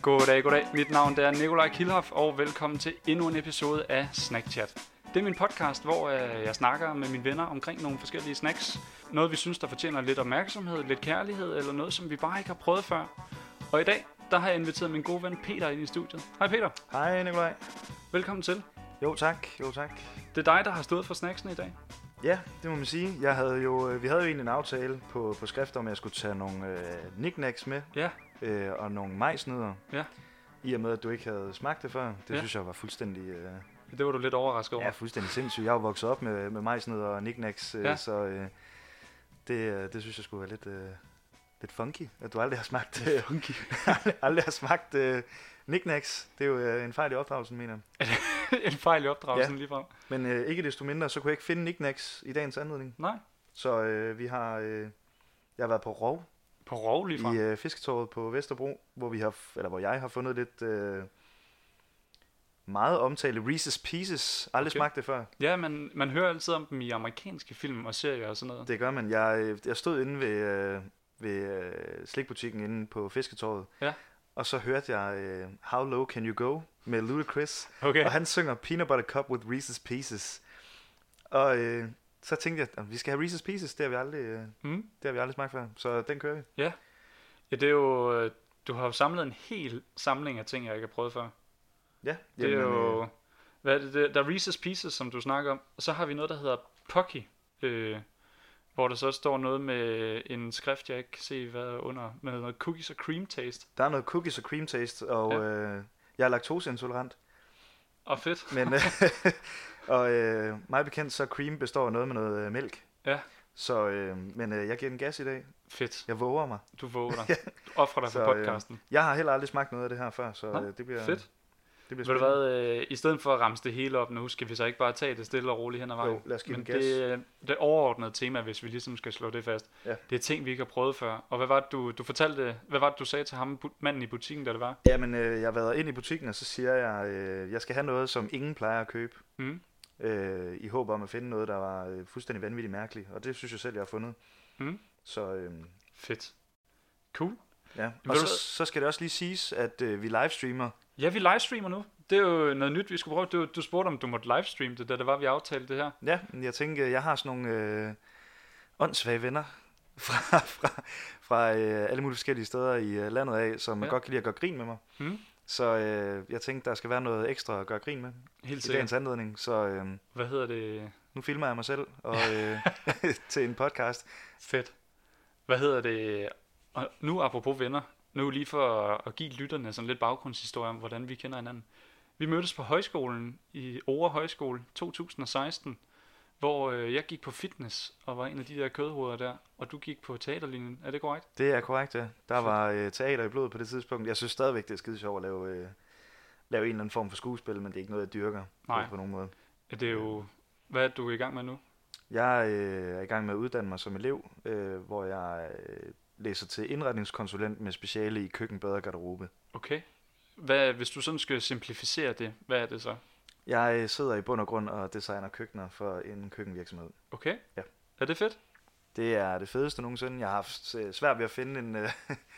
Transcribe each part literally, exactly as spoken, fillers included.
Goddag, goddag. Mit navn er Nikolaj Kilhoff, og velkommen til endnu en episode af Snack Chat. Det er min podcast, hvor jeg snakker med mine venner omkring nogle forskellige snacks. Noget, vi synes, der fortjener lidt opmærksomhed, lidt kærlighed, eller noget, som vi bare ikke har prøvet før. Og i dag, der har jeg inviteret min gode ven Peter ind i studiet. Hej Peter. Hej Nikolaj. Velkommen til. Jo tak, jo tak. Det er dig, der har stået for snacksene i dag. Ja, det må man sige. Jeg havde jo, vi havde jo egentlig en aftale på, på skrift om, at jeg skulle tage nogle øh, knickknacks med. Ja. Øh, og nogle majsnødder. Ja. I og med, at du ikke havde smagt det før. Det ja. synes jeg var fuldstændig... Øh, det var du lidt overrasket over. Ja, fuldstændig sindssygt. Jeg er jo vokset op med, med majsnødder og knickknacks, øh, ja. så øh, det, det synes jeg skulle være lidt, øh, lidt funky, at du aldrig har smagt... Øh, funky? aldrig, aldrig har smagt øh, knickknacks. Det er jo øh, en fejl i opdragelsen, mener jeg. En fejl i opdragelsen ja. lige frem. Men øh, ikke desto mindre, så kunne jeg ikke finde knickknacks i dagens anledning. Nej. Så øh, vi har... Øh, jeg har været på Rov. På Rov lige frem? I øh, Fisketorvet på Vesterbro, hvor, vi har, eller hvor jeg har fundet lidt... Øh, meget omtale Reese's Pieces. Aldrig okay. smagt det før. Ja, men man hører altid om dem i amerikanske film og serier og sådan noget. Det gør man. Jeg, jeg stod inde ved, øh, ved øh, slikbutikken inde på Fisketorvet. Ja. Og så hørte jeg øh, How Low Can You Go med Ludacris. Okay. Og han synger Peanut Butter Cup with Reese's Pieces. Og øh, så tænkte jeg, at vi skal have Reese's Pieces. Det har vi aldrig, øh, mm. det har vi aldrig smagt før. Så den kører vi. Ja. Ja, det er jo... Du har jo samlet en hel samling af ting, jeg ikke har prøvet før. Ja, det er jo, øh... hvad er det, det, der er Reese's Pieces, som du snakker om, og så har vi noget, der hedder Pocky, øh, hvor der så står noget med en skrift, jeg ikke kan se, hvad er under, med noget cookies og cream taste. Der er noget cookies og cream taste, og ja. øh, jeg er laktoseintolerant. Og fedt. Men, øh, og øh, meget bekendt, så cream består af noget med noget øh, mælk. Ja. Så, øh, men øh, jeg giver den gas i dag. Fedt. Jeg våger mig. Du våger dig. Du offrer dig for podcasten. Øh, jeg har heller aldrig smagt noget af det her før, så øh, det bliver... Fedt. Det bliver Ved du hvad, øh, i stedet for at ramse det hele op nu, skal vi så ikke bare tage det stille og roligt hen ad vejen? Jo, lad os give Men den gas. det, det overordnede tema, hvis vi ligesom skal slå det fast, ja. det er ting, vi ikke har prøvet før. Og hvad var det, du, du fortalte, hvad var det, du sagde til ham, manden i butikken, da det var? Jamen, øh, jeg har været ind i butikken, og så siger jeg, øh, jeg skal have noget, som ingen plejer at købe. Mm. Øh, I håb om at finde noget, der var øh, fuldstændig vanvittigt mærkeligt. Og det synes jeg selv, jeg har fundet. Mm. Så, øh, fedt. Cool. Ja, og så, så skal det også lige siges, at øh, vi livestreamer. Ja, vi livestreamer nu. Det er jo noget nyt, vi skulle prøve. Du, du spurgte, om du måtte livestreame det, da det var, vi aftalte det her. Ja, jeg tænker, jeg har sådan nogle øh, åndssvage venner fra, fra, fra øh, alle mulige forskellige steder i øh, landet af, som ja. godt kan lide at gøre grin med mig. Mm. Så øh, jeg tænkte, der skal være noget ekstra at gøre grin med. Helt i dagens anledning. Så, øh, hvad hedder det? Nu filmer jeg mig selv og, øh, til en podcast. Fedt. Hvad hedder det? Og nu apropos venner, nu lige for at give lytterne sådan lidt baggrundshistorie om, hvordan vi kender hinanden. Vi mødtes på højskolen i Ore Højskole to tusind og seksten, hvor øh, jeg gik på fitness og var en af de der kødhoveder der, og du gik på teaterlinjen. Er det korrekt? Det er korrekt, ja. Der var øh, teater i blodet på det tidspunkt. Jeg synes stadigvæk, det er skide sjovt at lave, øh, lave en eller anden form for skuespil, men det er ikke noget, jeg dyrker. Nej. På nogen måde. Det er jo... Hvad er du i gang med nu? Jeg øh, er i gang med at uddanne mig som elev, øh, hvor jeg... Øh, læser til indretningskonsulent med speciale i køkken, bad og garderobe. Okay. Hvad, hvis du sådan skal simplificere det, hvad er det så? Jeg sidder i bund og grund og designer køkkener for en køkkenvirksomhed. Okay. Ja. Er det fedt? Det er det fedeste nogensinde. Jeg har haft svært ved at finde en, uh,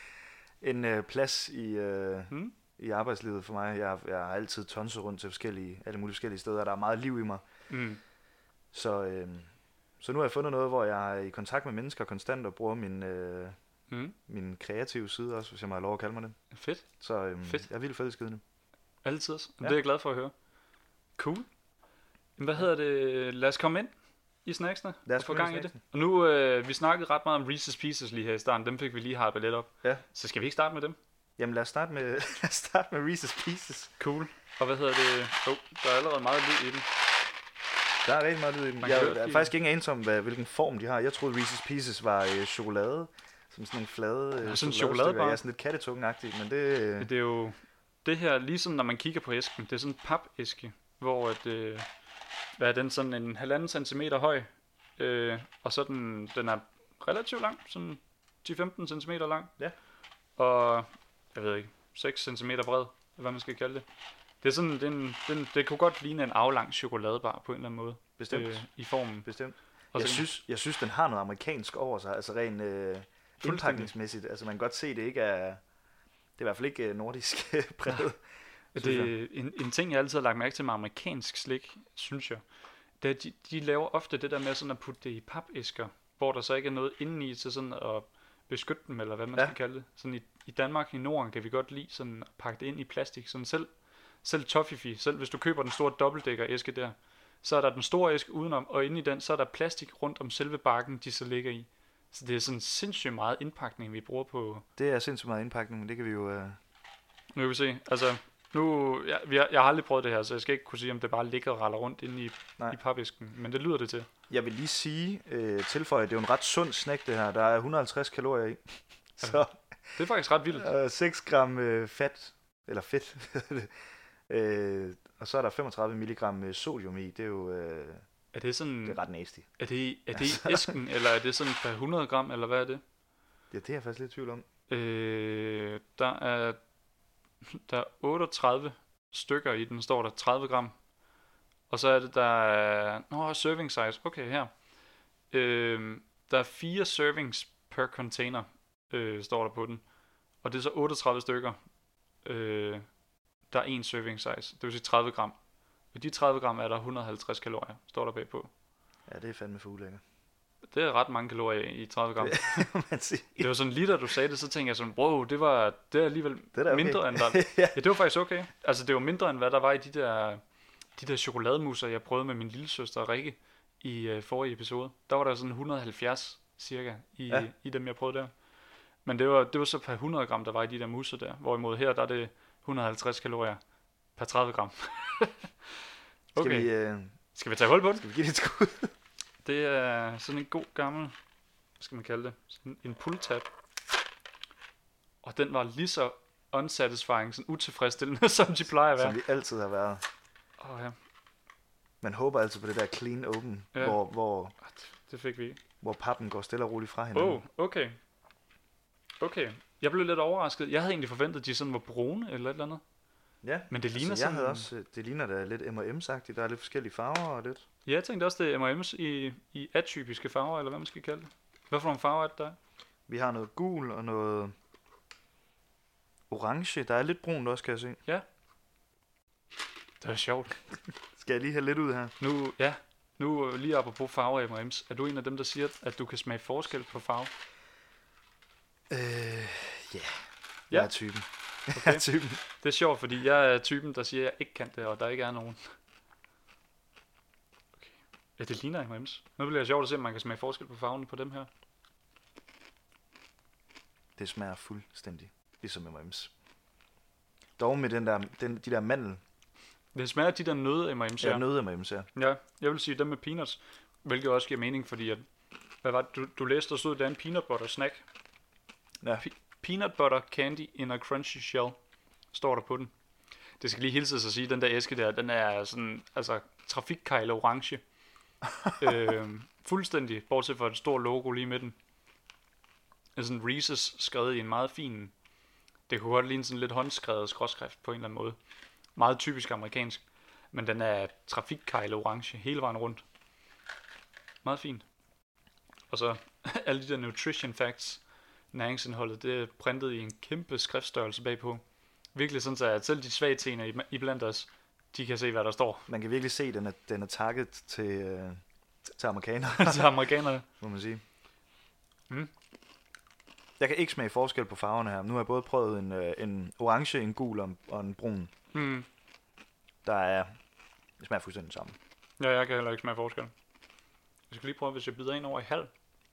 en uh, plads i, uh, hmm? i arbejdslivet for mig. Jeg, jeg har altid tonset rundt til forskellige, alle mulige forskellige steder. Der er meget liv i mig. Mm. Så, uh, så nu har jeg fundet noget, hvor jeg er i kontakt med mennesker konstant og bruger min... Uh, Mm. min kreative side også, hvis jeg må have lov at kalde mig det. Fedt. Så øhm, Fedt. Jeg er vildt forelsket i det. Altid også. Ja. Det er jeg glad for at høre. Cool. Hvad hedder det? Lad os komme ind i snacksene og få gang i det. Og nu, øh, vi snakkede ret meget om Reese's Pieces lige her i starten. Dem fik vi lige harpet lidt op. Ja. Så skal vi ikke starte med dem? Jamen lad os starte med, lad os starte med Reese's Pieces. Cool. Og hvad hedder det? Oh, der er allerede meget lyd i den. Der er rigtig meget lyd i den. Jeg er faktisk ikke anelse om, hvad, hvilken form de har. Jeg troede Reese's Pieces var øh, chokolade. Som sådan en flade ja, sådan chokoladebar. Ja, sådan lidt kattetunge-agtigt, men det... Øh... Det er jo det her, ligesom når man kigger på æsken, det er sådan en papæske, hvor at, øh, hvad er den, sådan en halvanden centimeter høj, øh, og så den, den er relativt lang, sådan ti til femten centimeter lang, ja. Og jeg ved ikke, seks centimeter bred, hvad man skal kalde det. Det er sådan, den, den, det kunne godt ligne en aflang chokoladebar på en eller anden måde. Bestemt. Øh, I formen. Bestemt. Jeg synes, jeg synes, den har noget amerikansk over sig, altså rent... Øh... indpakningsmæssigt, altså man kan godt se, det ikke er, Det er i hvert fald ikke uh, nordisk præget. Det, en, en ting, jeg altid har lagt mærke til med amerikansk slik, synes jeg, det er, de, de laver ofte det der med sådan at putte det i papæsker, hvor der så ikke er noget indeni til sådan at beskytte dem, eller hvad man ja. skal kalde det. Sådan i, i Danmark, i Norden, kan vi godt lide sådan at pakke det ind i plastik. Sådan selv, selv Toffifee, selv hvis du køber den store dobbeltdækker æske der, så er der den store æske udenom, og inde i den, så er der plastik rundt om selve bakken, de så ligger i. Så det er sådan sindssygt meget indpakning, vi bruger på... Det er sindssygt meget indpakning, men det kan vi jo... Uh... Nu kan vi se, altså... Nu, jeg, jeg, jeg har aldrig prøvet det her, så jeg skal ikke kunne sige, om det bare ligger og raller rundt inde i, i papæsken. Men det lyder det til. Jeg vil lige sige, øh, tilføje, det er jo en ret sund snack det her. Der er et hundrede og halvtreds kalorier i. Så, det er faktisk ret vildt. Øh, seks gram øh, fat, eller fedt. øh, og så er der femogtredive milligram sodium i. Det er jo øh, er det sådan, det er ret nasty. Er det, er det i æsken, eller er det sådan per hundrede gram, eller hvad er det? Ja, det er jeg faktisk lidt i tvivl om. Øh, der er... Der er otteogtredive stykker i den, står der tredive gram. Og så er det, der er... Nå, serving size. Okay, her. Øh, der er fire servings per container, øh, står der på den. Og det er så otteogtredive stykker. Øh, der er en serving size. Det vil sige tredive gram. Og de tredive gram er der et hundrede og halvtreds kalorier, står der bagpå. Ja, det er fandme for ulækkert. Det er ret mange kalorier i tredive gram. Det, man sige. Det var sådan lige da du sagde det, så tænkte jeg sådan, wow, det var det er alligevel det er okay. mindre end der. Ja, det var faktisk okay. Altså det var mindre end hvad der var i de der de der chokolademusser, jeg prøvede med min lille søster Rikke i øh, forrige episode. Der var der sådan et hundrede og halvfjerds cirka i ja. i dem jeg prøvede der. Men det var det var så per hundrede gram der var i de der musser der. Hvorimod her der er det et hundrede og halvtreds kalorier per tredive gram. Okay. Skal vi, øh... Skal vi tage hul på det? Skal vi give det et skud? Det er sådan en god gammel, hvad skal man kalde det, sådan en pull-tab. Og den var lige så unsatisfying, sådan utilfredsstillende, som de plejer at være. Som vi altid har været. Åh oh, ja. Man håber altid på det der clean open, ja. hvor, hvor, det fik vi. hvor pappen går stille og roligt fra hinanden. Oh, okay. Okay. Jeg blev lidt overrasket. Jeg havde egentlig forventet, at de sådan var brune eller et eller andet. Ja, men det ligner altså, jeg sådan... havde også, det ligner da lidt M og M's-agtigt. Der er lidt forskellige farver og lidt. Ja, jeg tænkte også, det er M og M's i, i atypiske farver, eller hvad man skal kalde det. Hvad for nogle farver er det der? Vi har noget gul og noget orange. Der er lidt brunt også, kan jeg se. Ja. Det er sjovt. Skal jeg lige have lidt ud her? Nu, ja. Nu lige apropos farver i M og M's. Er du en af dem, der siger, at du kan smage forskel på farve? Øh, yeah. Ja. Jeg er typen. Okay. Jeg er typen. Det er sjovt, fordi jeg er typen, der siger, at jeg ikke kan det, og der ikke er nogen. Okay. Ja, det ligner M og M's. Nu bliver det sjovt at se, om man kan smage forskel på farven på dem her. Det smager fuldstændig ligesom M og M's. Dog med den der, den, de der mandel. Det smager de der nøde M og M's. Ja, nøde M og M's, ja. Ja, jeg vil sige dem med peanuts, hvilket også giver mening, fordi at, hvad var det, du, du læste, der stod, der er en peanut butter snack. Ja. P- peanut butter candy in a crunchy shell, står der på den. Det skal lige hilse sig at sige, den der æske der, den er sådan, altså trafikkejle orange. øh, fuldstændig, bortset fra et stort logo lige med den. Det er sådan Reese's skrevet i en meget fin, det kunne godt ligne sådan lidt håndskrevet skråskrift på en eller anden måde. Meget typisk amerikansk, men den er trafikkejle orange hele vejen rundt. Meget fint. Og så alle de der nutrition facts, næringsindholdet, det er printet i en kæmpe skriftstørrelse bagpå. Virkelig sådan, at selv de svage tener i blandt os, de kan se, hvad der står. Man kan virkelig se, at den er, den er takket til, øh, til amerikanere. til amerikanere. Må man sige. Mm. Jeg kan ikke smage forskel på farverne her. Nu har jeg både prøvet en, øh, en orange, en gul og, og en brun. Mm. Der er... Det smager fuldstændig sammen. Ja, jeg kan heller ikke smage forskel. Jeg skal lige prøve, hvis jeg bider ind over i halv.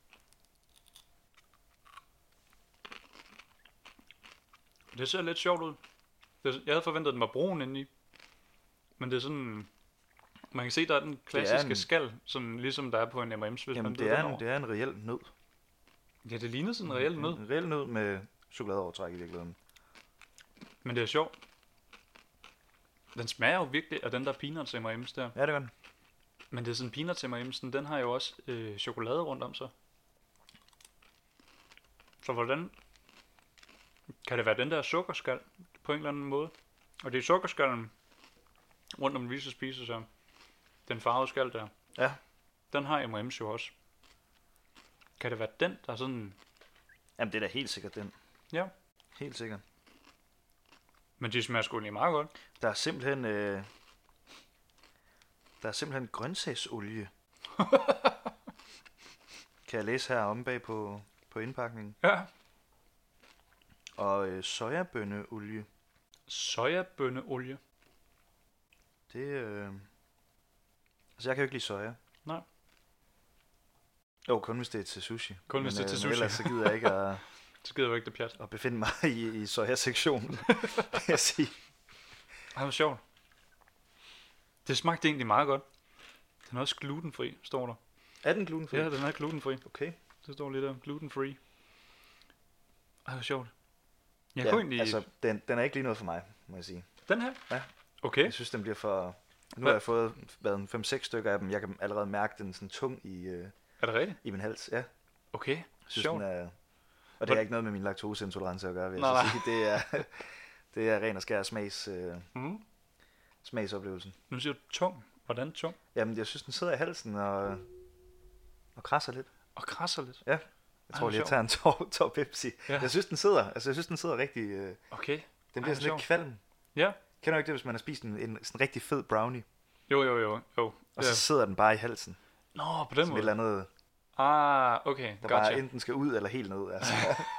Det ser lidt sjovt ud. Jeg havde forventet, at den var brun indeni. Men det er sådan... Man kan se, der er den klassiske en... skal, sådan ligesom der er på en M og M's, hvis Jamen, man det er, en, det er en reel nød. Ja, det ligner sådan en reel nød. En reel nød med chokoladeovertræk i virkeligheden. Men det er sjovt. Den smager jo virkelig af den der peanuts M og M's der. Ja, det gør den. Men det er sådan peanuts M og M's, den har jo også øh, chokolade rundt om sig. Så hvordan kan det være den der sukkerskal på en eller anden måde? Og det er sukkerskallen rundt om Reese's Pieces her. Den farvede skal der. Ja. Den har M og M's jo også. Kan det være den, der er sådan... Jamen, det er da helt sikkert den. Ja. Helt sikkert. Men de smager sgu egentlig meget godt. Der er simpelthen... Øh, der er simpelthen grøntsagsolie. Kan jeg læse her om bag på, på indpakningen. Ja. Og øh, sojabønneolie. Sojabønneolie. Det... Øh, altså, jeg kan jo ikke lide soja. Nej. Jo, kun hvis det er til sushi. Kun hvis det er til sushi. Men ellers så gider jeg ikke at... Så gider jeg ikke det pjat. At befinde mig i, i soja-sektionen, kan jeg sige. Ej, hvor sjovt. Det smagte egentlig meget godt. Den er også glutenfri, står der. Er den glutenfri? Ja, den er glutenfri. Okay. Det står lige der, glutenfri. Ej, hvor sjovt. Jeg ja, kunne egentlig... altså, den, den er ikke lige noget for mig, må jeg sige. Den her? Ja. Okay. Jeg synes, den bliver for... Nu har jeg fået været fem seks stykker af dem. Jeg kan allerede mærke, den sådan tung i, øh, er det rigtigt? i min hals. Ja. Okay, jeg synes, sjovt. Den er, og det er ikke noget med min laktoseintolerance at gøre, vil jeg nej, så sige. Det er, det er ren og skær smags, øh, mm. smagsoplevelsen. Nu siger du tung. Hvordan tung? Jamen, jeg synes, den sidder i halsen og, og krasser lidt. Og krasser lidt? Ja. Jeg tror lige, jeg tager en tår, tår Pepsi. Ja. Jeg synes, den sidder, altså, jeg synes, den sidder rigtig... Øh, okay. Den bliver sådan lidt kvalm. Ja. Kender du ikke det, hvis man har spist en, en sådan rigtig fed brownie? Jo, jo, jo. jo. Og så sidder den bare i halsen. Nå, på den som måde. et eller andet... Ah, okay. Der gotcha. bare enten skal ud eller helt ned. Altså.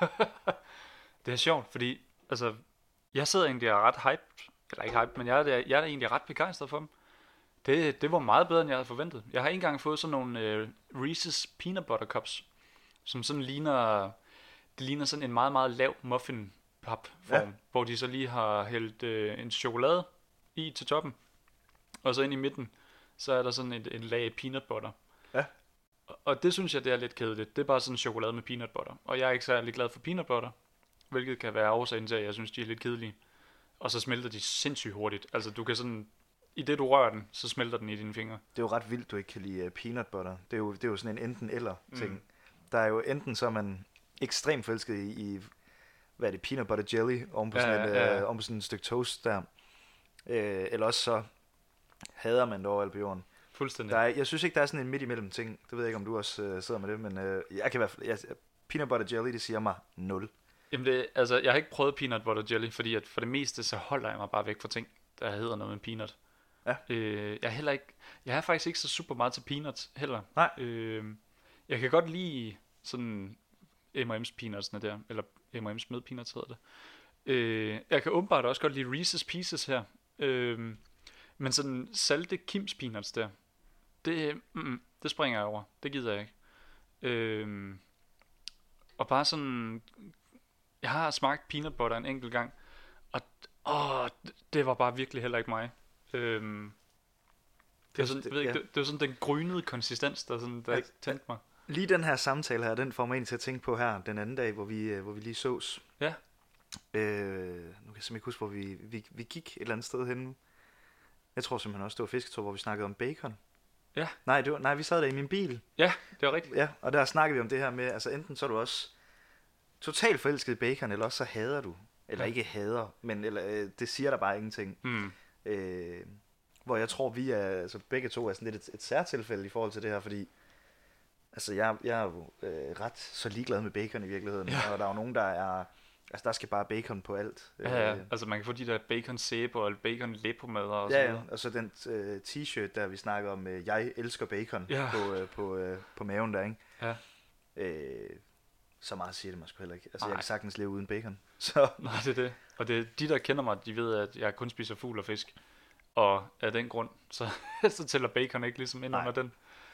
Det er sjovt, fordi altså, jeg sidder egentlig og er ret hyped. Eller ikke hyped, men jeg er, jeg er egentlig ret begejstret for dem. Det, det var meget bedre, end jeg havde forventet. Jeg har ikke engang fået sådan nogle øh, Reese's Peanut Butter Cups, som sådan ligner, det ligner sådan en meget, meget lav muffin pap form, ja. Hvor de så lige har hældt øh, en chokolade i til toppen, og så ind i midten, så er der sådan et, en lag peanut butter. Ja. Og, og det synes jeg, det er lidt kedeligt. Det er bare sådan chokolade med peanut butter, og jeg er ikke særlig glad for peanut butter, hvilket kan være årsagen til, at jeg synes, de er lidt kedelige. Og så smelter de sindssygt hurtigt. Altså du kan sådan, i det du rører den, så smelter den i dine fingre. Det er jo ret vildt, du ikke kan lide peanut butter. Det er jo, det er jo sådan en enten eller ting. Mm. Der er jo enten så er man ekstremt forelsket i, i hvad er det, peanut butter jelly oven på, ja, sådan, et, ja. øh, oven på sådan et stykke toast der. Øh, eller også så hader man det overalt på jorden. Fuldstændig. Der er, jeg synes ikke, der er sådan en midt imellem ting. Det ved jeg ikke, om du også øh, sidder med det, men øh, jeg kan i hvert fald, jeg, peanut butter jelly, det siger mig nul. Jamen det, altså, jeg har ikke prøvet peanut butter jelly, fordi at for det meste, så holder jeg mig bare væk fra ting, der hedder noget med peanut. Ja. Øh, jeg er heller ikke, jeg er faktisk ikke så super meget til peanuts heller. Nej. Øh, jeg kan godt lide sådan M og M's peanutsene der, eller M og M's med peanuts hedder det. Øh, jeg kan åbenbart også godt lide Reese's Pieces her. Øh, men sådan salte Kims peanuts der, det, mm, det springer jeg over. Det gider jeg ikke. Øh, og bare sådan, jeg har smagt peanut butter en enkelt gang, og åh, det var bare virkelig heller ikke mig. Øhm, det, var sådan, det, ved ikke, ja. det, det var sådan den grynede konsistens, der, sådan, der ikke tændte mig. Lige den her samtale her, den får mig egentlig til at tænke på her den anden dag, hvor vi, hvor vi lige sås. Ja. Øh, nu kan jeg simpelthen ikke huske, hvor vi, vi, vi gik et eller andet sted hen. Jeg tror simpelthen også, det var Fisketor, hvor vi snakkede om bacon. Ja. Nej, det var, nej, vi sad der i min bil. Ja, det var rigtigt. Ja, og der snakkede vi om det her med, altså enten så er du også totalt forelsket i bacon, eller også så hader du. Eller ja. Ikke hader, men eller, øh, det siger der bare ingenting. Mm. Øh, hvor jeg tror, vi er, altså begge to er sådan lidt et, et særtilfælde i forhold til det her, fordi altså jeg, jeg er jo øh, ret så ligeglad med bacon i virkeligheden, ja. Og der er jo nogen, der er, altså der skal bare bacon på alt. Ja, ja. Altså man kan få de der bacon sæber og bacon lepomadder og ja, sådan noget. Ja, og så den øh, t-shirt, der vi snakker om, øh, jeg elsker bacon, ja. på, øh, på, øh, på maven der, ikke? Ja. Øh, så meget siger det mig sgu heller ikke. Altså Nej. jeg kan sagtens leve uden bacon. Så. Nej, det er det. Og det, de der kender mig, de ved, at jeg kun spiser fugl og fisk. Og af den grund, så, så tæller bacon ikke ligesom ind Nej. under den.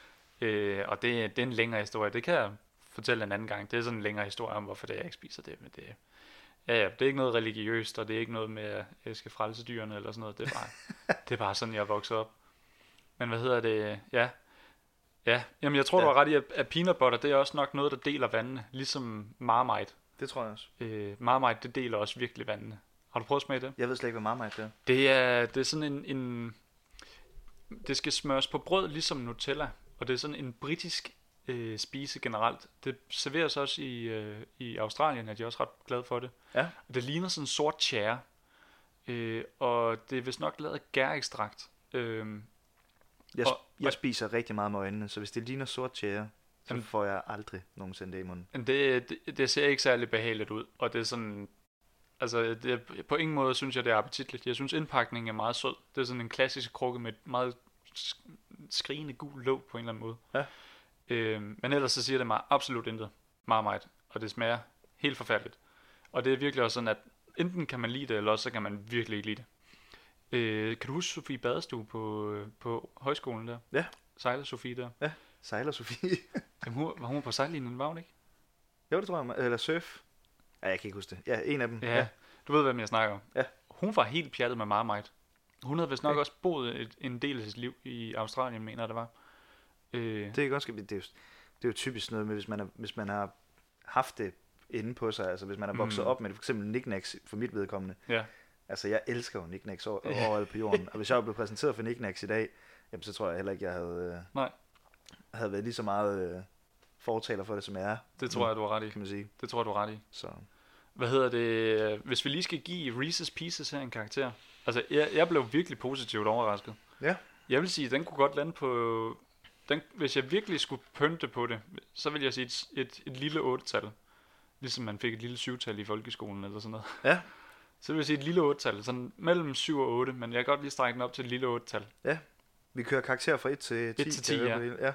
Øh, og det, det er en længere historie. Det kan jeg fortælle en anden gang. Det er sådan en længere historie om, hvorfor det er, jeg ikke spiser det. Men det, ja, ja, det er ikke noget religiøst, og det er ikke noget med, at jeg skal frelse dyrene eller sådan noget. Det er bare, det er bare sådan, jeg er vokset op. Men hvad hedder det? Ja, ja. Jamen, jeg tror, ja. Du har ret i, at peanut butter, det er også nok noget, der deler vandene. Ligesom Marmite. Det tror jeg også. Øh, Marmite, det deler også virkelig vandene. Har du prøvet at smage det? Jeg ved slet ikke, hvad Marmite er. Det er, det er sådan en, en... Det skal smøres på brød, ligesom Nutella. Og det er sådan en britisk øh, spise generelt. Det serveres også i, øh, i Australien, er de også ret glade for det. Ja. Det ligner sådan en sort tjære. Øh, og det er vist nok lavet af gærekstrakt. Øh, jeg, og, jeg spiser rigtig meget med øjnene, så hvis det ligner sort tjære, så jamen, får jeg aldrig nogensinde det i munden. Det, det, det ser ikke særlig behageligt ud, og det er sådan... Altså, det, på ingen måde synes jeg, det er appetitligt. Jeg synes, indpakningen er meget sød. Det er sådan en klassisk krukke med et meget skrigende gul låg på en eller anden måde. Ja. Øh, men ellers så siger det mig absolut intet. Meget, meget. Og det smager helt forfærdeligt. Og det er virkelig også sådan, at enten kan man lide det, eller også så kan man virkelig ikke lide det. Øh, kan du huske Sofie Badestue på, på højskolen der? Ja. Sejler Sofie der? Ja, Sejler Sofie. Jamen, hun, var hun på sejllinjen, var hun ikke? Jo, det tror jeg. Eller surf. Ja, jeg kan ikke huske det. Ja, en af dem. Ja, ja. Du ved, hvem jeg snakker om. Ja. Hun var helt pjattet med Marmite. Hun havde vist nok okay. også boet et, en del af sit liv i Australien, mener det var. Øh. Det er godt, det er, jo, det er jo typisk noget med, hvis man, er, hvis man har haft det inde på sig, altså hvis man er vokset mm. op med det, for eksempel knickknacks for mit vedkommende. Ja. Altså jeg elsker jo knickknacks over, overalt på jorden, og hvis jeg var blevet præsenteret for knickknacks i dag, jamen så tror jeg heller ikke, jeg havde, Nej. havde været lige så meget øh, fortaler for det, som jeg er. Det tror jeg, du har ret i. Kan man sige. Det tror jeg, du har ret i. Så. Hvad hedder det? Hvis vi lige skal give Reese's Pieces her en karakter. Altså, jeg, jeg blev virkelig positivt overrasket. Ja. Jeg vil sige, at den kunne godt lande på... Den, hvis jeg virkelig skulle pynte på det, så vil jeg sige et, et, et lille otte-tal. Ligesom man fik et lille syv-tal i folkeskolen eller sådan noget. Ja. Så vil jeg sige et lille otte-tal. Sådan mellem syv og otte, men jeg kan godt lige strække den op til et lille otte-tal. Ja. Vi kører karakter fra et til ti. et til ti, ja. ja.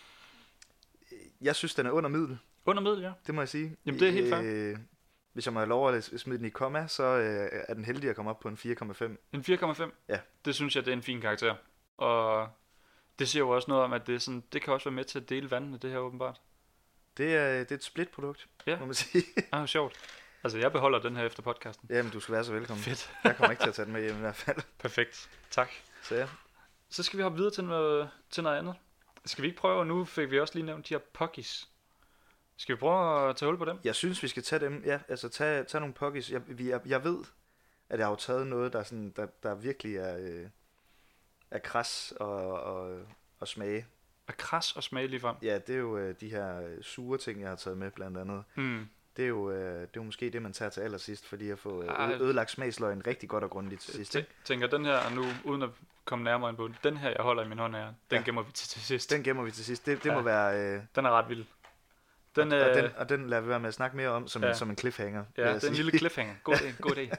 Jeg synes, den er under middel. Under middel, ja. Det må jeg sige. Jamen, det er helt fair. Øh, hvis jeg må have lov at smide den i komma, så øh, er den heldig at komme op på en fire komma fem. En fire komma fem? Ja. Det synes jeg, det er en fin karakter. Og det siger jo også noget om, at det, er sådan, det kan også være med til at dele vandene, det her åbenbart. Det er, det er et split-produkt, ja. må man sige. Ah, sjovt. Altså, jeg beholder den her efter podcasten. Jamen, du skal være så velkommen. Fedt. Jeg kommer ikke til at tage den med hjem i hvert fald. Perfekt. Tak. Så ja. Så skal vi hoppe videre til noget, til noget andet. Skal vi ikke prøve, nu fik vi også lige nævnt de her Puggies. Skal vi prøve at tage hul på dem? Jeg synes, vi skal tage dem. Ja, altså tage, tage nogle Puggies. Jeg, vi, jeg, jeg ved, at jeg har jo taget noget, der, sådan, der, der virkelig er, øh, er kras og, og, og smage. Er kras og smage lige frem? Ja, det er jo øh, de her sure ting, jeg har taget med blandt andet. Mm. Det er, jo, øh, det er jo måske det, man tager til allersidst, fordi at få øh, ødelagt smagsløgn rigtig godt og grundigt til sidst. Jeg tænker, den her nu, uden at komme nærmere ind på den, den her, jeg holder i min hånd her, den ja. gemmer vi til, til sidst. Den gemmer vi til sidst. Det, det ja. må være... Øh, den er ret vild. Den, og, øh, og, den, og den lader vi være med at snakke mere om som, ja. som en cliffhanger. Ja, det er en lille cliffhanger. God idé. God idé.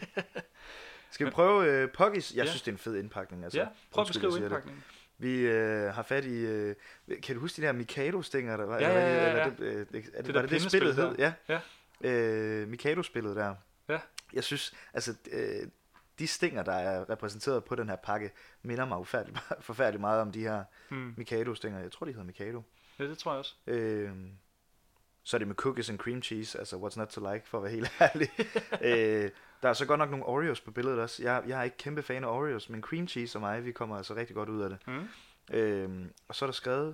Skal vi prøve øh, Puggies? Jeg ja. synes, det er en fed indpakning. Altså. Ja, prøv at beskrive indpakningen. Vi øh, har fat i... Øh, kan du huske de der Mikado-stænger? Der var, ja, ja, ja. ja. Det, øh, det, det, det var det det spillet hed? Ja. ja. Øh, Mikado-spillet der. Ja. Jeg synes, altså... Øh, de stænger, der er repræsenteret på den her pakke, minder mig forfærdeligt, forfærdeligt meget om de her hmm. Mikado-stænger. Jeg tror, de hedder Mikado. Ja, det tror jeg også. Øh, så er det med cookies and cream cheese, altså what's not to like, for at være helt ærlig. øh, der er så godt nok nogle Oreos på billedet også. Jeg, jeg er ikke kæmpe fan af Oreos, men cream cheese og mig, vi kommer altså rigtig godt ud af det. Mm. Øh, og så er der skrevet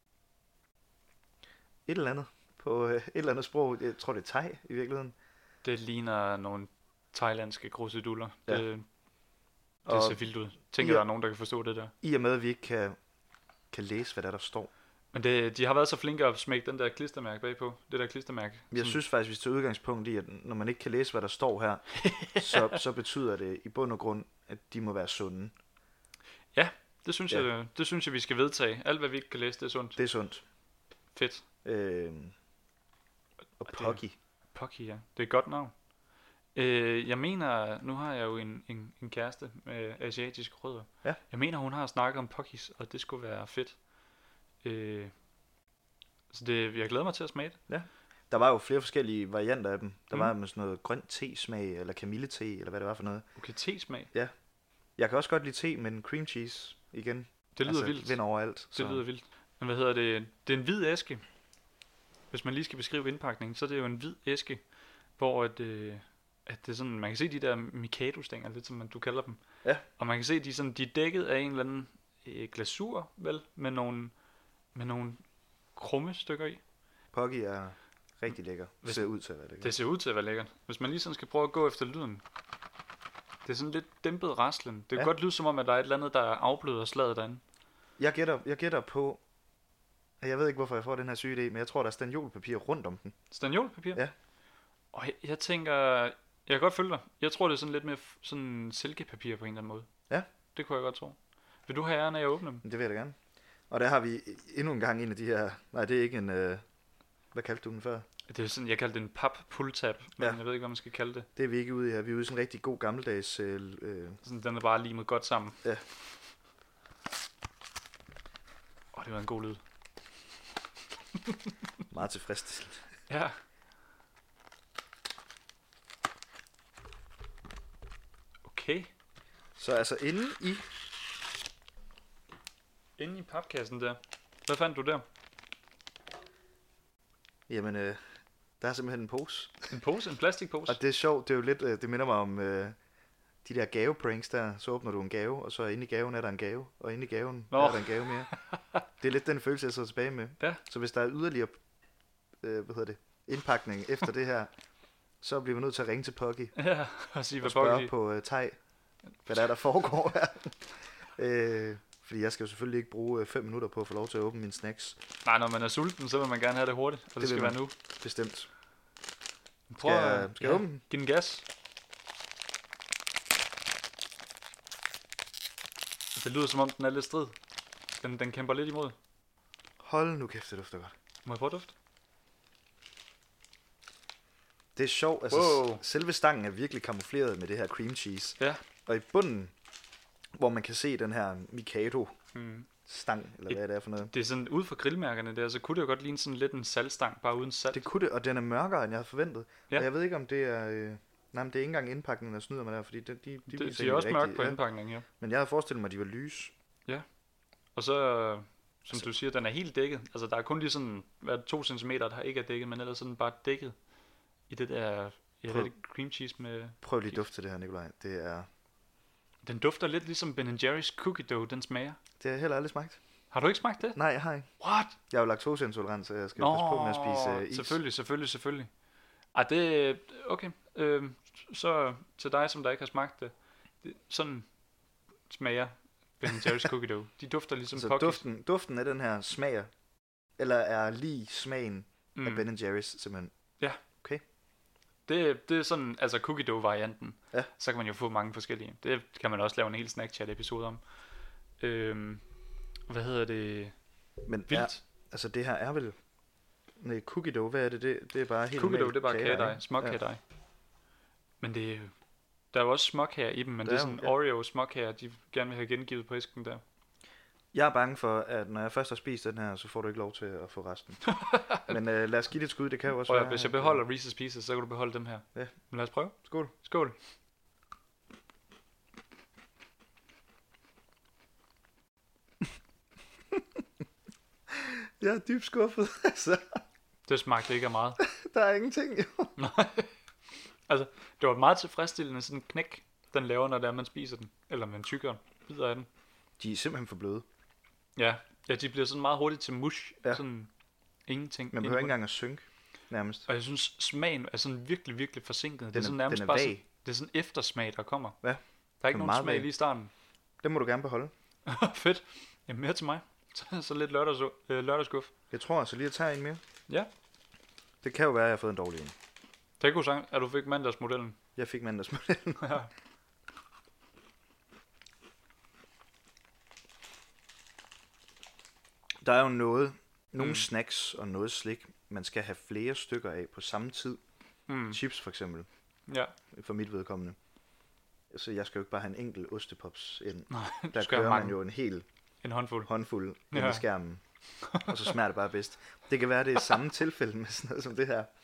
et eller andet på øh, et eller andet sprog. Jeg tror, det er thai i virkeligheden. Det ligner nogle thailandske kruseduller. Ja. Det, det ser vildt ud. Tænker, ja, der er nogen, der kan forstå det der. I og med, at vi ikke kan, kan læse, hvad der, der står. Men det, de har været så flinke at smække den der klistermærke bagpå. Det der klistermærke. Jeg som... synes faktisk, vi tager udgangspunkt i, at når man ikke kan læse, hvad der står her, så, så betyder det i bund og grund, at de må være sunde. Ja, det synes, ja. Jeg, det synes jeg, vi skal vedtage. Alt, hvad vi ikke kan læse, det er sundt. Det er sundt. Fedt. Øhm, og Puggy. Puggy, ja. Det er et godt navn. Øh, jeg mener, nu har jeg jo en, en, en kæreste med asiatiske rødder. Ja. Jeg mener, hun har snakket om Puggies, og det skulle være fedt. Øh, så det, jeg glæder mig til at smage det. Ja. Der var jo flere forskellige varianter af dem. Der mm. var med sådan noget grønt te-smag, eller kamillete, eller hvad det var for noget. Okay, te-smag? Ja. Jeg kan også godt lide te, men cream cheese igen. Det lyder altså, vildt. Vinder overalt. Det så. lyder vildt. Men hvad hedder det? Det er en hvid æske. Hvis man lige skal beskrive indpakningen, så er det jo en hvid æske, hvor at, øh, at det er sådan, man kan se de der Mikado-stænger, lidt som man, du kalder dem. Ja. Og man kan se, de, sådan, de er dækket af en eller anden øh, glasur, vel, med nogle, med nogle krumme stykker i. Puggy er rigtig lækker. Det ser ud til at være lækkert. Det ser ud til at være lækkert. Hvis man lige sådan skal prøve at gå efter lyden. Det er sådan lidt dæmpet raslen. Det kan ja. godt lyde som om, at der er et eller andet, der er afblødet og slaget derinde. Jeg gætter, jeg gætter på, jeg ved ikke, hvorfor jeg får den her syge idé, men jeg tror, der er stanniolpapir rundt om den. Stanniolpapir? Ja. Og jeg, jeg tænker, jeg kan godt følge dig. Jeg tror, det er sådan lidt mere sådan silkepapir på en eller anden måde. Ja. Det kunne jeg godt tro. Vil du have æren af at åbne dem? Det vil jeg da gerne. Og der har vi endnu en gang en af de her, nej, det er ikke en, øh, hvad kaldte du den før? Det er sådan, jeg kalder det en pap pull-tab, men ja. Jeg ved ikke, hvad man skal kalde det. Det er vi ikke ude i her. Vi er ude i sådan en rigtig god gammeldags... Øh, øh... Sådan, den er bare limet godt sammen. Ja. Åh, oh, det var en god lyd. Meget tilfredsstillende. Ja. Okay. Så altså inde i... Inde i papkassen der. Hvad fandt du der? Jamen, øh, der er simpelthen en pose. En pose? En plastikpose? Og det er sjovt, det er jo lidt, øh, det minder mig om øh, de der gavepranks der. Så åbner du en gave, og så inde i gaven er der en gave, og inde i gaven Nå. er der en gave mere. Det er lidt den følelse, jeg sidder tilbage med. Ja. Så hvis der er yderligere, øh, hvad hedder det, indpakning efter det her, så bliver vi nødt til at ringe til Poggy. Ja, og sige, hvad og spørge Poggy... på øh, Thai, hvad der er, der foregår her. øh, fordi jeg skal jo selvfølgelig ikke bruge øh, fem minutter på at få lov til at åbne mine snacks. Nej, når man er sulten, så vil man gerne have det hurtigt, og det, det skal være nu. Bestemt. Prøv skal jeg, skal jeg ja, åbne den? Giv den gas. Det lyder som om, den er lidt strid. Den, den kæmper lidt imod. Hold nu kæft, det dufter godt. Må jeg prøve duft? Det er sjovt. Altså, wow. Selve stangen er virkelig kamufleret med det her cream cheese. Ja. Og i bunden, hvor man kan se den her Mikado mm. stang, eller Et, hvad det er for noget. Det er sådan, ud fra grillmærkerne der, så kunne det jo godt ligne sådan lidt en saltstang, bare uden salt. Det kunne det, og den er mørkere, end jeg havde forventet. Ja. Og jeg ved ikke, om det er... Øh, nej, men det er ikke engang indpakningen, der snyder mig der, fordi de, de, de, det, de er også mørke på indpakningen, ja. Men jeg havde forestillet mig, at de var lys. Ja. Og så, som altså, du siger, den er helt dækket. Altså, der er kun lige sådan, hvad to centimeter, der ikke er dækket, men ellers sådan bare dækket i det der, ja, det cream cheese med... Prøv lige duft til det her, Nikolaj. Det er... Den dufter lidt ligesom Ben and Jerry's cookie dough, den smager. Det har jeg heller aldrig smagt. Har du ikke smagt det? Nej, jeg har ikke. What? Jeg er jo laktoseintolerant, så jeg skal Nå, passe på med at spise uh, is. Selvfølgelig, selvfølgelig, selvfølgelig. Ej, det... Okay. Øh, så til dig, som der ikke har smagt det, det sådan smager Ben and Jerry's cookie dough. De dufter ligesom så pocket. duften, duften af den her smager, eller er lige smagen mm. af Ben and Jerry's simpelthen? Ja. Okay. Det, det er sådan, altså cookie dough varianten. Ja. Så kan man jo få mange forskellige. Det kan man også lave en hel Snackchat episode om. Øhm, hvad hedder det? Men vildt. Er, altså det her er vel... Nej, cookie dough, hvad er det? Det, det er bare helt cookie dough, det er bare kagedej, småkagedej. Ja. Men det der er jo også småkager i dem, men der det er sådan ja. Oreo småkager, de gerne vil have gengivet på æsken der. Jeg er bange for, at når jeg først har spist den her, så får du ikke lov til at få resten. Men øh, lad os give det et skud, det kan jo også Prøv, være... Hvis jeg beholder Reese's Pieces, så kan du beholde dem her. Ja. Men lad os prøve. Skål. Skål. Jeg er dybt skuffet, altså. Det smagte ikke af meget. Der er ingenting, jo. Nej. Altså, det var meget tilfredsstillende sådan en knæk, den laver, når det er, man spiser den. Eller man tykker bidder af den. De er simpelthen for bløde. Ja, ja, de bliver sådan meget hurtigt til mush. Ja. Sådan ingenting. Man behøver ikke engang at synke, nærmest. Og jeg synes, smagen er sådan virkelig, virkelig forsinket. Den er, det er sådan nærmest den er bare vag. sådan, det er sådan eftersmag, der kommer. Ja. Der er ikke nogen smag vag. Lige i starten. Det må du gerne beholde. Fedt. Jamen mere til mig. Så, så lidt lørdags, øh, lørdagsskuff. Jeg tror altså lige at tage en mere. Ja. Det kan jo være, at jeg har fået en dårlig en. Det kunne sige, at du fik mandagsmodellen. Jeg fik mandagsmodellen. Ja. Der er jo noget, nogle mm. snacks og noget slik, man skal have flere stykker af på samme tid. Mm. Chips for eksempel. Ja. For mit vedkommende. Så jeg skal jo ikke bare have en enkelt ostepops ind. Nej, der kører man jo en hel en håndfuld, håndfuld ja. ind i skærmen. Og så smager det bare bedst. Det kan være, det er samme tilfælde med sådan noget som det her.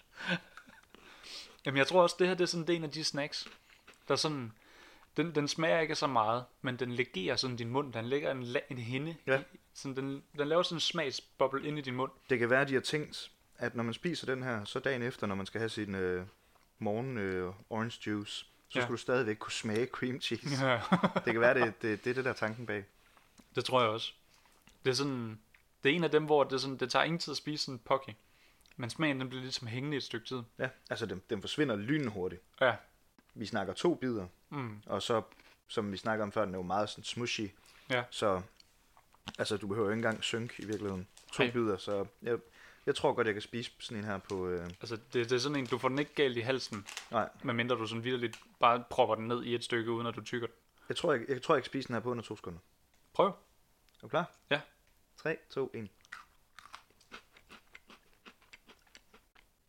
Jamen jeg tror også, det her det er sådan det er en af de snacks, der sådan, den, den smager ikke så meget, men den legerer sådan i din mund. Den lægger en, la- en hinde. Ja. Sådan, den, den laver sådan en smagsboble ind i din mund. Det kan være, at de har tænkt, at når man spiser den her, så dagen efter, når man skal have sin øh, morgen øh, orange juice, så ja. skal du stadigvæk kunne smage cream cheese. Ja. Det kan være, det, det, det er det der tanken bag. Det tror jeg også. Det er sådan, det er en af dem, hvor det, sådan, det tager ingen tid at spise sådan en pocky. Men smagen den bliver ligesom hængende et stykke tid. Ja, altså den, den forsvinder lynhurtigt. Ja. Vi snakker to bidder, mm. og så, som vi snakker om før, den er jo meget sådan smushy. Ja. Så, altså du behøver ikke engang synke i virkeligheden. To Ej. bidder, så jeg, jeg tror godt, jeg kan spise sådan en her på... Øh... Altså det, det er sådan en, du får den ikke galt i halsen. Nej. Medmindre du sådan vitterligt bare propper den ned i et stykke, uden at du tykker den. Jeg tror, jeg, jeg, tror, jeg kan spise den her på under to sekunder. Prøv. Er du klar? Ja. tre, to, et.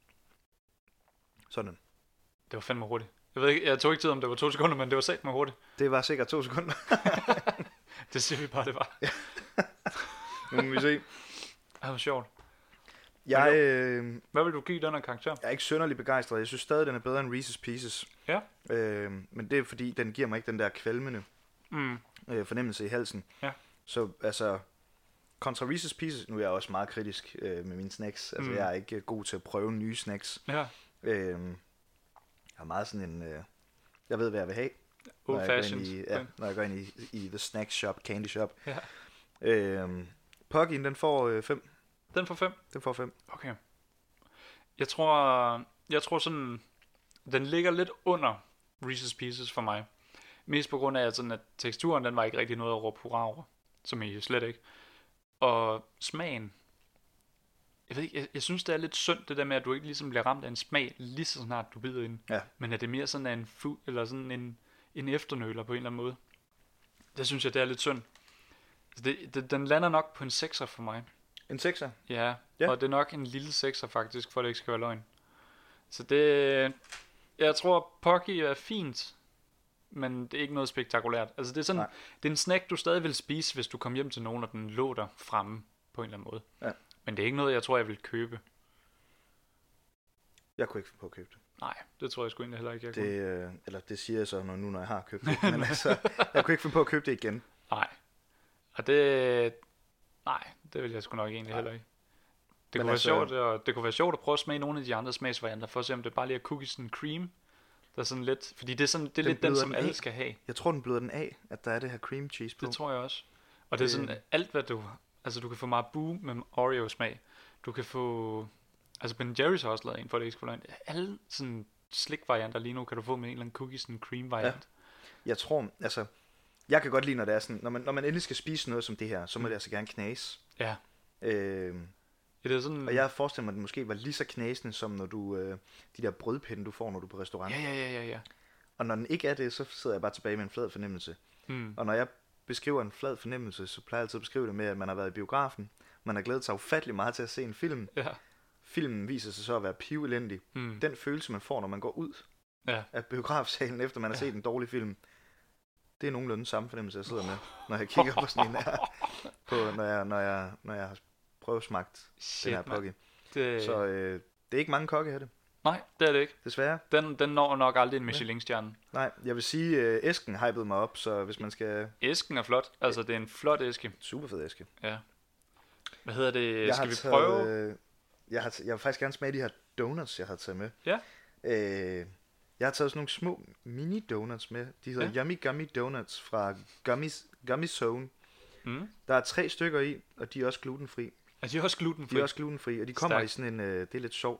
Sådan. Det var fandme hurtigt. Jeg ved ikke, jeg tog ikke tid om det var to sekunder, men det var satme hurtigt. Det var sikkert to sekunder. Det siger vi bare, det var. Nu må vi se. Det var sjovt. Jeg, øh, Hvad vil du give den her karakter? jeg er ikke synderligt begejstret. Jeg synes stadig, den er bedre end Reese's Pieces. Ja. Øh, men det er fordi, den giver mig ikke den der kvalmende Mm. øh, fornemmelse i halsen. Ja. Så altså, kontra Reese's Pieces, nu er jeg også meget kritisk øh, med mine snacks. Altså, Mm. jeg er ikke øh, god til at prøve nye snacks. Ja. Øh, jeg er meget sådan en... Øh, jeg ved, hvad jeg vil have. Old når jeg går ind fashioned. i, ja, når jeg går ind i, i The Snack Shop, Candy Shop. Ja. Øh, Puggien, den får fem. Den får fem. Den får fem. Okay. Jeg tror, jeg tror sådan, den ligger lidt under Reese's Pieces for mig. Mest på grund af, at, sådan, at teksturen, den var ikke rigtig noget at råbe hurra over. Som I slet ikke. Og smagen. Jeg ved ikke, jeg, jeg synes, det er lidt synd, det der med, at du ikke ligesom bliver ramt af en smag, lige så snart du bider i den. Ja. Men at det mere sådan er en fu, eller sådan en, en efternøler på en eller anden måde. Det synes jeg, det er lidt synd. Så det, det, den lander nok på en sekser for mig. En sekser. Ja, Ja. og det er nok en lille sekser faktisk, for det ikke skal være løgn. Så det, jeg tror, Pocky er fint, men det er ikke noget spektakulært. Altså det er sådan, Nej. det er en snack, du stadig vil spise, hvis du kom hjem til nogen, og den lå der fremme på en eller anden måde. Ja. Men det er ikke noget, jeg tror, jeg vil købe. Jeg kunne ikke finde på at købe det. Nej, det tror jeg sgu egentlig heller ikke, jeg det kunne. øh, eller det siger jeg så når, nu, når jeg har købt det. Men altså, jeg kunne ikke finde på at købe det igen. Nej. Og det, nej, det vil jeg sgu nok egentlig Nej. heller ikke. Det Men kunne, altså- være sjovt, at, det kunne være sjovt at prøve at smage nogle af de andre smagsvarianter, for at se om det bare lige er cookies and cream. Der er sådan lidt, fordi det er, sådan, det er Den lidt den, bløder som den alle af. skal have. Jeg tror, den bløder den af, at der er det her cream cheese på. Det tror jeg også. Og det er Det- sådan alt, hvad du... Altså, du kan få Marabu med Oreo-smag. Du kan få... Altså, Ben Jerry's har også lavet en, for det ikke skal være løgn. Alle sådan slik-varianter lige nu kan du få med en eller anden cookies and cream variant. Jeg tror, altså... Jeg kan godt lide, når det er sådan... Når man, når man endelig skal spise noget som det her, så må Mm. det altså gerne knase. Ja. Øh, ja. Det er sådan... og jeg forestiller mig, at det måske var lige så knasende, som når du... Øh, de der brødpinde, du får, når du er på restaurant. Ja, ja, ja, ja, ja. Og når den ikke er det, så sidder jeg bare tilbage med en flad fornemmelse. Mm. Og når jeg beskriver en flad fornemmelse, så plejer jeg altid at beskrive det med, at man har været i biografen. Man har glædet sig ufattelig meget til at se en film. Ja. Filmen viser sig så at være pivelendig. Mm. Den følelse, man får, når man går ud Ja. af biografsalen, efter man har Ja. set en dårlig film, det er nogenlunde samme fornemmelse, jeg sidder med, når jeg kigger på sådan en her, på, når, jeg, når, jeg, når jeg har prøvesmagt Shit, den her mand. pokke. Det... Så øh, det er ikke mange kokke her det, Nej, det er det ikke. desværre. Den, den når nok aldrig en Michelin-stjerne. Nej, jeg vil sige, øh, æsken hypede mig op, så hvis man skal... Æsken er flot. Altså, det er en flot æske. Super fed æske. Ja. Hvad hedder det? Jeg Skal har vi taget, prøve? Øh, jeg, har, t- jeg vil faktisk gerne smage de her donuts, jeg har taget med. Ja. Øh, jeg har taget sådan nogle små mini-donuts med. De hedder Ja. Yummy Gummy Donuts fra Gummies, Gummy Zone. Mm. Der er tre stykker i, og de er også glutenfri. Er de også glutenfri? De er også glutenfri, og de kommer Stærkt. i sådan en, øh, det er lidt sjovt,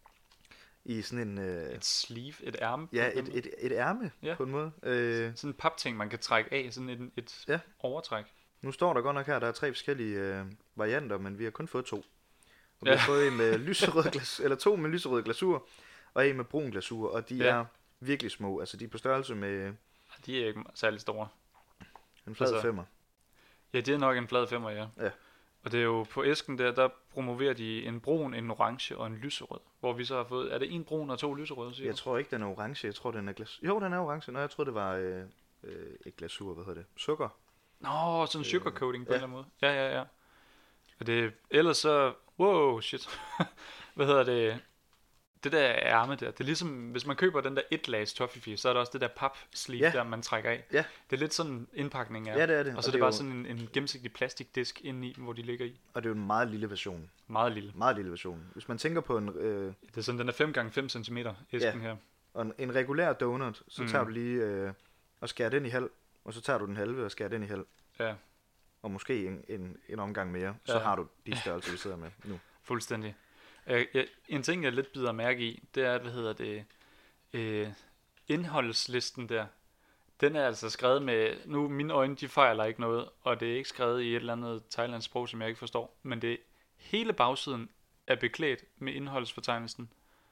i sådan en, øh, Et sleeve, et ærme. ja, på en et, et, et ærme Ja. på en måde. Øh, Sådan en papting, man kan trække af, sådan et, et Ja. overtræk. nu står der godt nok her, der er tre forskellige øh, varianter, men vi har kun fået to. Og vi Ja. har fået en med lyserød glas, eller to med lyserød glasur, og en med brun glasur, og de Ja. er virkelig små. Altså de er på størrelse med De er ikke særlig store. en flad Altså, femmer. Ja, det er nok en flad femmer, ja. Ja. Og det er jo på æsken der, der promoverer de en brun, en orange og en lyserød. Hvor vi så har fået, er det en brun og to lyserøde, siger Jeg du? tror ikke, den er orange. Jeg tror, den er glas. Jo, den er orange. Nå, jeg troede, det var øh, øh, ikke glasur, hvad hedder det? Sukker. Nå, sådan en sugar coating på ja. en eller anden måde. Ja, ja, ja. Og det, ellers så, wow, shit. Hvad hedder det? Det der ærme der, det er ligesom, hvis man køber den der et lags toffifee, så er der også det der pap sleeve Ja. der, man trækker af. Ja. Det er lidt sådan indpakning af. Ja, det er det. Og så er det det bare jo, sådan en, en gennemsigtig plastikdisk indeni, hvor de ligger i. Og det er jo en meget lille version. Meget lille. Meget lille version. Hvis man tænker på en, øh, Det er sådan, den er fem gange fem centimeter, æsken her. og en, en regulær donut, så Mm. tager du lige øh, og skærer den i halv, og så tager du den halve og skærer den i halv. Ja, Og måske en, en, en omgang mere, så Ja. har du de størrelser, vi sidder med nu. fuldstændig. Jeg, jeg, en ting, jeg lidt bider mærke i, det er, hvad hedder det, øh, indholdslisten der. Den er altså skrevet med, nu mine øjne, de fejler ikke noget, og det er ikke skrevet i et eller andet thailandsk sprog, som jeg ikke forstår, men det hele bagsiden er beklædt med indholdsfortegnelsen.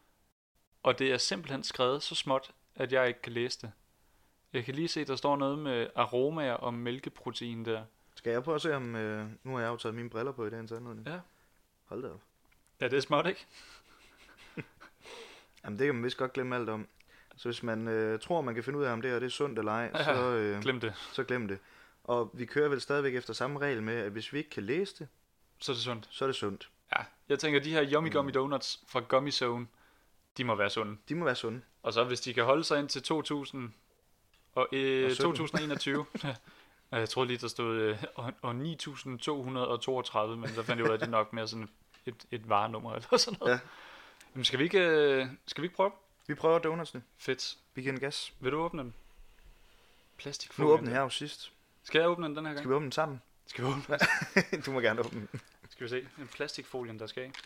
Og det er simpelthen skrevet så småt, at jeg ikke kan læse det. Jeg kan lige se, der står noget med aromaer og mælkeprotein der. Skal jeg prøve at se om, øh, nu har jeg jo taget mine briller på i dagens anledning. Ja. Hold da op. Ja, det er småt, ikke? Jamen det kan man vist godt glemme alt om. Så hvis man øh, tror, man kan finde ud af, om det her det er sundt eller ej, Ja, så, øh, glem det. så glem det. Og vi kører vel stadigvæk efter samme regel med, at hvis vi ikke kan læse det, Så er det sundt. så er det sundt. Ja, jeg tænker, de her Yummy Gummy Donuts fra Gummy Zone, de må være sunde. De må være sunde. Og så hvis de kan holde sig ind til to tusind og, øh, Og to tusind og enogtyve. Jeg troede lige, der stod øh, og, og ni tusind to hundrede og toogtredive, men der fandt jeg ud af, at det er nok mere sådan et, et varenummer eller sådan noget. Ja. Jamen, skal vi ikke, øh, skal vi ikke prøve? Vi prøver donutsene. Fedt. Vi giver den gas. Vil du åbne den? Plastik. Nu åbner jeg jo sidst. Skal jeg åbne den den her gang? Skal vi åbne den sammen? Skal vi åbne den? Du må gerne åbne den. Skal vi se. En plastikfolien, der skal af.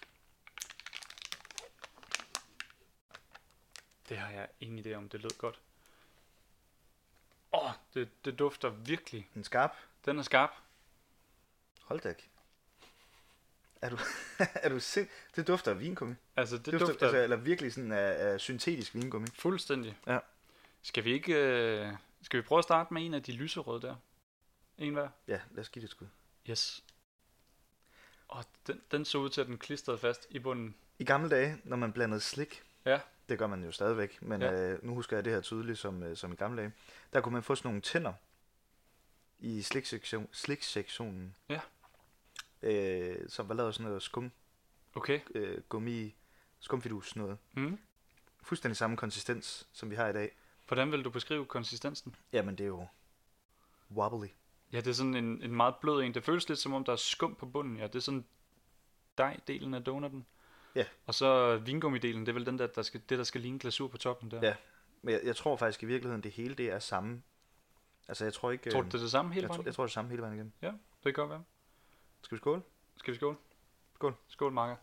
Det har jeg ingen idé om. Det lød godt. Åh, oh, det, det dufter virkelig. En skarp. Den er skarp. Hold da ikke. Er du, er du sind... Det dufter af vingummi. Altså, det Det dufter, dufter, altså, eller virkelig sådan af, af syntetisk vingummi. fuldstændig. Ja. Skal vi ikke... Øh, skal vi prøve at starte med en af de lyserøde der? En hver? Ja, lad os give det et skud. Yes. Og den, den så ud til, at den klistrede fast i bunden. I gamle dage, når man blandede slik, Ja. det gør man jo stadigvæk, men Ja. ja. øh, nu husker jeg det her tydeligt som, øh, som i gamle dage, der kunne man få sådan nogle tænder i sliksektion, sliksektionen, Ja. øh, som var lavet sådan noget skum, Okay. øh, gummi, skumfidus noget. Mm. Fuldstændig samme konsistens, som vi har i dag. Hvordan vil du beskrive konsistensen? Jamen det er jo wobbly. Ja, det er sådan en, en meget blød en. Det føles lidt som om, der er skum på bunden. Ja, det er sådan dej-delen af donutten. Ja. Og så vingummidelen, det er vel den der, der skal, det, der skal ligne glasur på toppen der. Ja. Men jeg, jeg tror faktisk i virkeligheden, det hele det er samme. Altså jeg tror ikke... Tror du, det er det samme hele jeg, vejen? tror, jeg tror det er samme hele vejen igen. Ja, det kan godt være. Skal vi skåle? Skal vi skåle? Skål. Skål, Marker.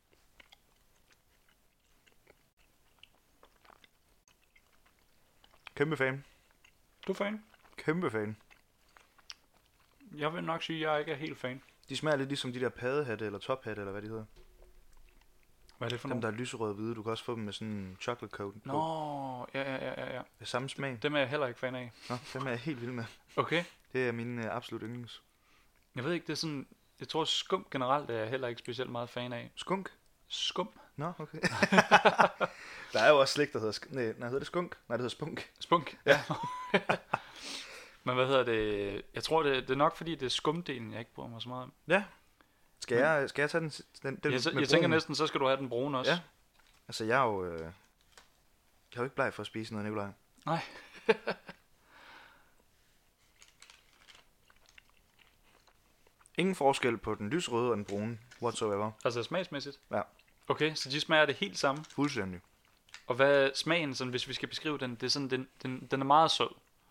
Kæmpe fan. Du er fan? Kæmpe fan. Jeg vil nok sige, at jeg ikke er helt fan. De smager lidt ligesom de der paddehatte eller tophatte, eller hvad de hedder. Hvad er det for Dem, nogle? der er lyserøde og hvide. Du kan også få dem med sådan en chocolate coat på. Nå, ja, ja, ja, ja, ja. Det er samme smag. Dem er jeg heller ikke fan af. Nå, dem er jeg helt vild med. Okay. Det er min uh, absolut yndlings. Jeg ved ikke, det er sådan... Jeg tror, skum generelt er jeg heller ikke specielt meget fan af. Skunk? Skum? Nå, okay. Der er jo også slik, der hedder... Sk- nej, nej, hedder det skunk? Nej, det hedder spunk. Spunk? Ja. Men hvad hedder det? Jeg tror, det, det er nok, fordi det er skumdelen, jeg ikke bruger mig så meget om. Ja. Skal jeg, skal jeg tage den, den, den Jeg, så, med jeg tænker brun? næsten, så skal du have den brune også. Ja. Altså, jeg er jo... Øh, jeg er jo ikke bleg for at spise noget, Nikolaj. Nej. Ingen forskel på den lysrøde og den brune, whatsoever. Altså smagsmæssigt? Ja. Okay, så de smager det helt samme. Fuldstændig. Og hvad smagen, sådan, hvis vi skal beskrive den, det er sådan, den, den, den er meget sød.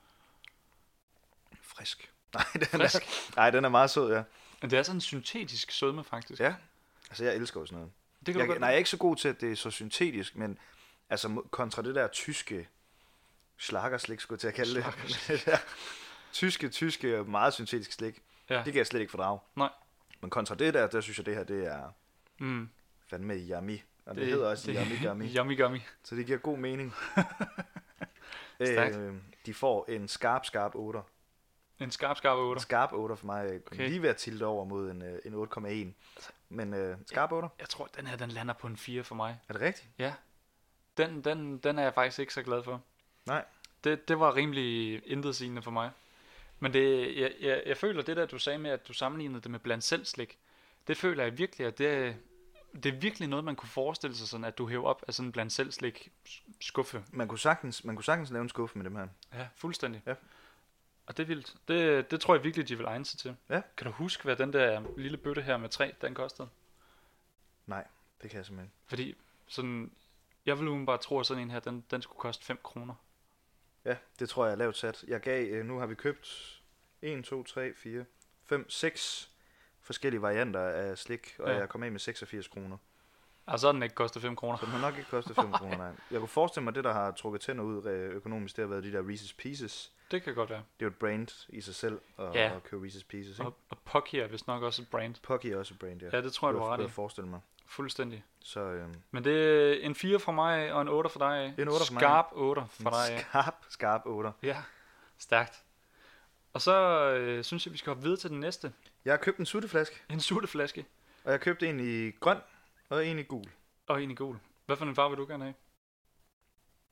Frisk. Nej, den Frisk? er, nej, den er meget sød, ja. Men det er sådan en syntetisk sødme, faktisk. Ja. Altså, jeg elsker jo sådan noget. Det kan du Jeg, godt nej, jeg er ikke så god til, at det er så syntetisk, men altså mo- kontra det der tyske slagerslik, skulle jeg til at kalde det. Det der tyske, tyske, meget syntetisk slik. Ja. Det kan jeg slet ikke fordrage. Nej. Men kontra det der, der synes jeg, det her, det er Mm. fandme yummy. Og det, det hedder også det, yummy gummy. Yummy gummy. Så det giver god mening. Stærkt. øh, de får en skarp, skarp otter. En skarp, skarp En otter. skarp otter for mig. Okay. Okay. Lige ved at tilte over mod en, øh, en otte komma en. Men øh, skarp otter. Jeg tror, den her, den lander på en fire for mig. Er det rigtigt? Ja. Den, den, den er jeg faktisk ikke så glad for. Nej. Det, det var rimelig intetsigende for mig. Men det, jeg, jeg, jeg føler det der, du sagde med, at du sammenlignede det med blandt selv slik. Det føler jeg virkelig, at det, det er virkelig noget, man kunne forestille sig sådan, at du hæver op af sådan en blandt selv slik skuffe. Man kunne, sagtens, man kunne sagtens lave en skuffe med dem her. Ja, fuldstændig. Ja. Og det er vildt. Det, det tror jeg virkelig, de vil egne sig til. Ja. Kan du huske, hvad den der lille bøtte her med tre, den kostede? Nej, det kan jeg simpelthen ikke. Fordi sådan, jeg ville jo bare tro, at sådan en her, den, den skulle koste fem kroner. Ja, det tror jeg er lavt sat. Jeg gav, øh, nu har vi købt en, to, tre, fire, fem, seks forskellige varianter af slik, og Ja. ja. jeg kom af med seksogfirs kroner. Og så har den ikke kostet fem kroner. Så den har nok ikke kostet fem kroner, nej. Jeg kunne forestille mig, at det, der har trukket tænder ud øh, økonomisk, det har været de der Reese's Pieces. Det kan godt være. Det er jo et brand i sig selv at, Ja. at købe Reese's Pieces, ikke? Og, og Pocky er vist nok også et brand. Pocky er også et brand, ja. Ja, det tror jeg, du Kunne har ret kunne i. jeg forestille mig. Fuldstændig. Så øh, Men det er en fire fra mig, og en otter for dig. En otter for mig. Skarp otter en for dig. skarp, skarp otter. Ja, stærkt. Og så øh, synes jeg, vi skal hoppe videre til den næste. Jeg har købt en sutteflaske, En sutteflaske og jeg har købt en i grøn og en i gul. og en i gul. Hvad for en farve vil du gerne have?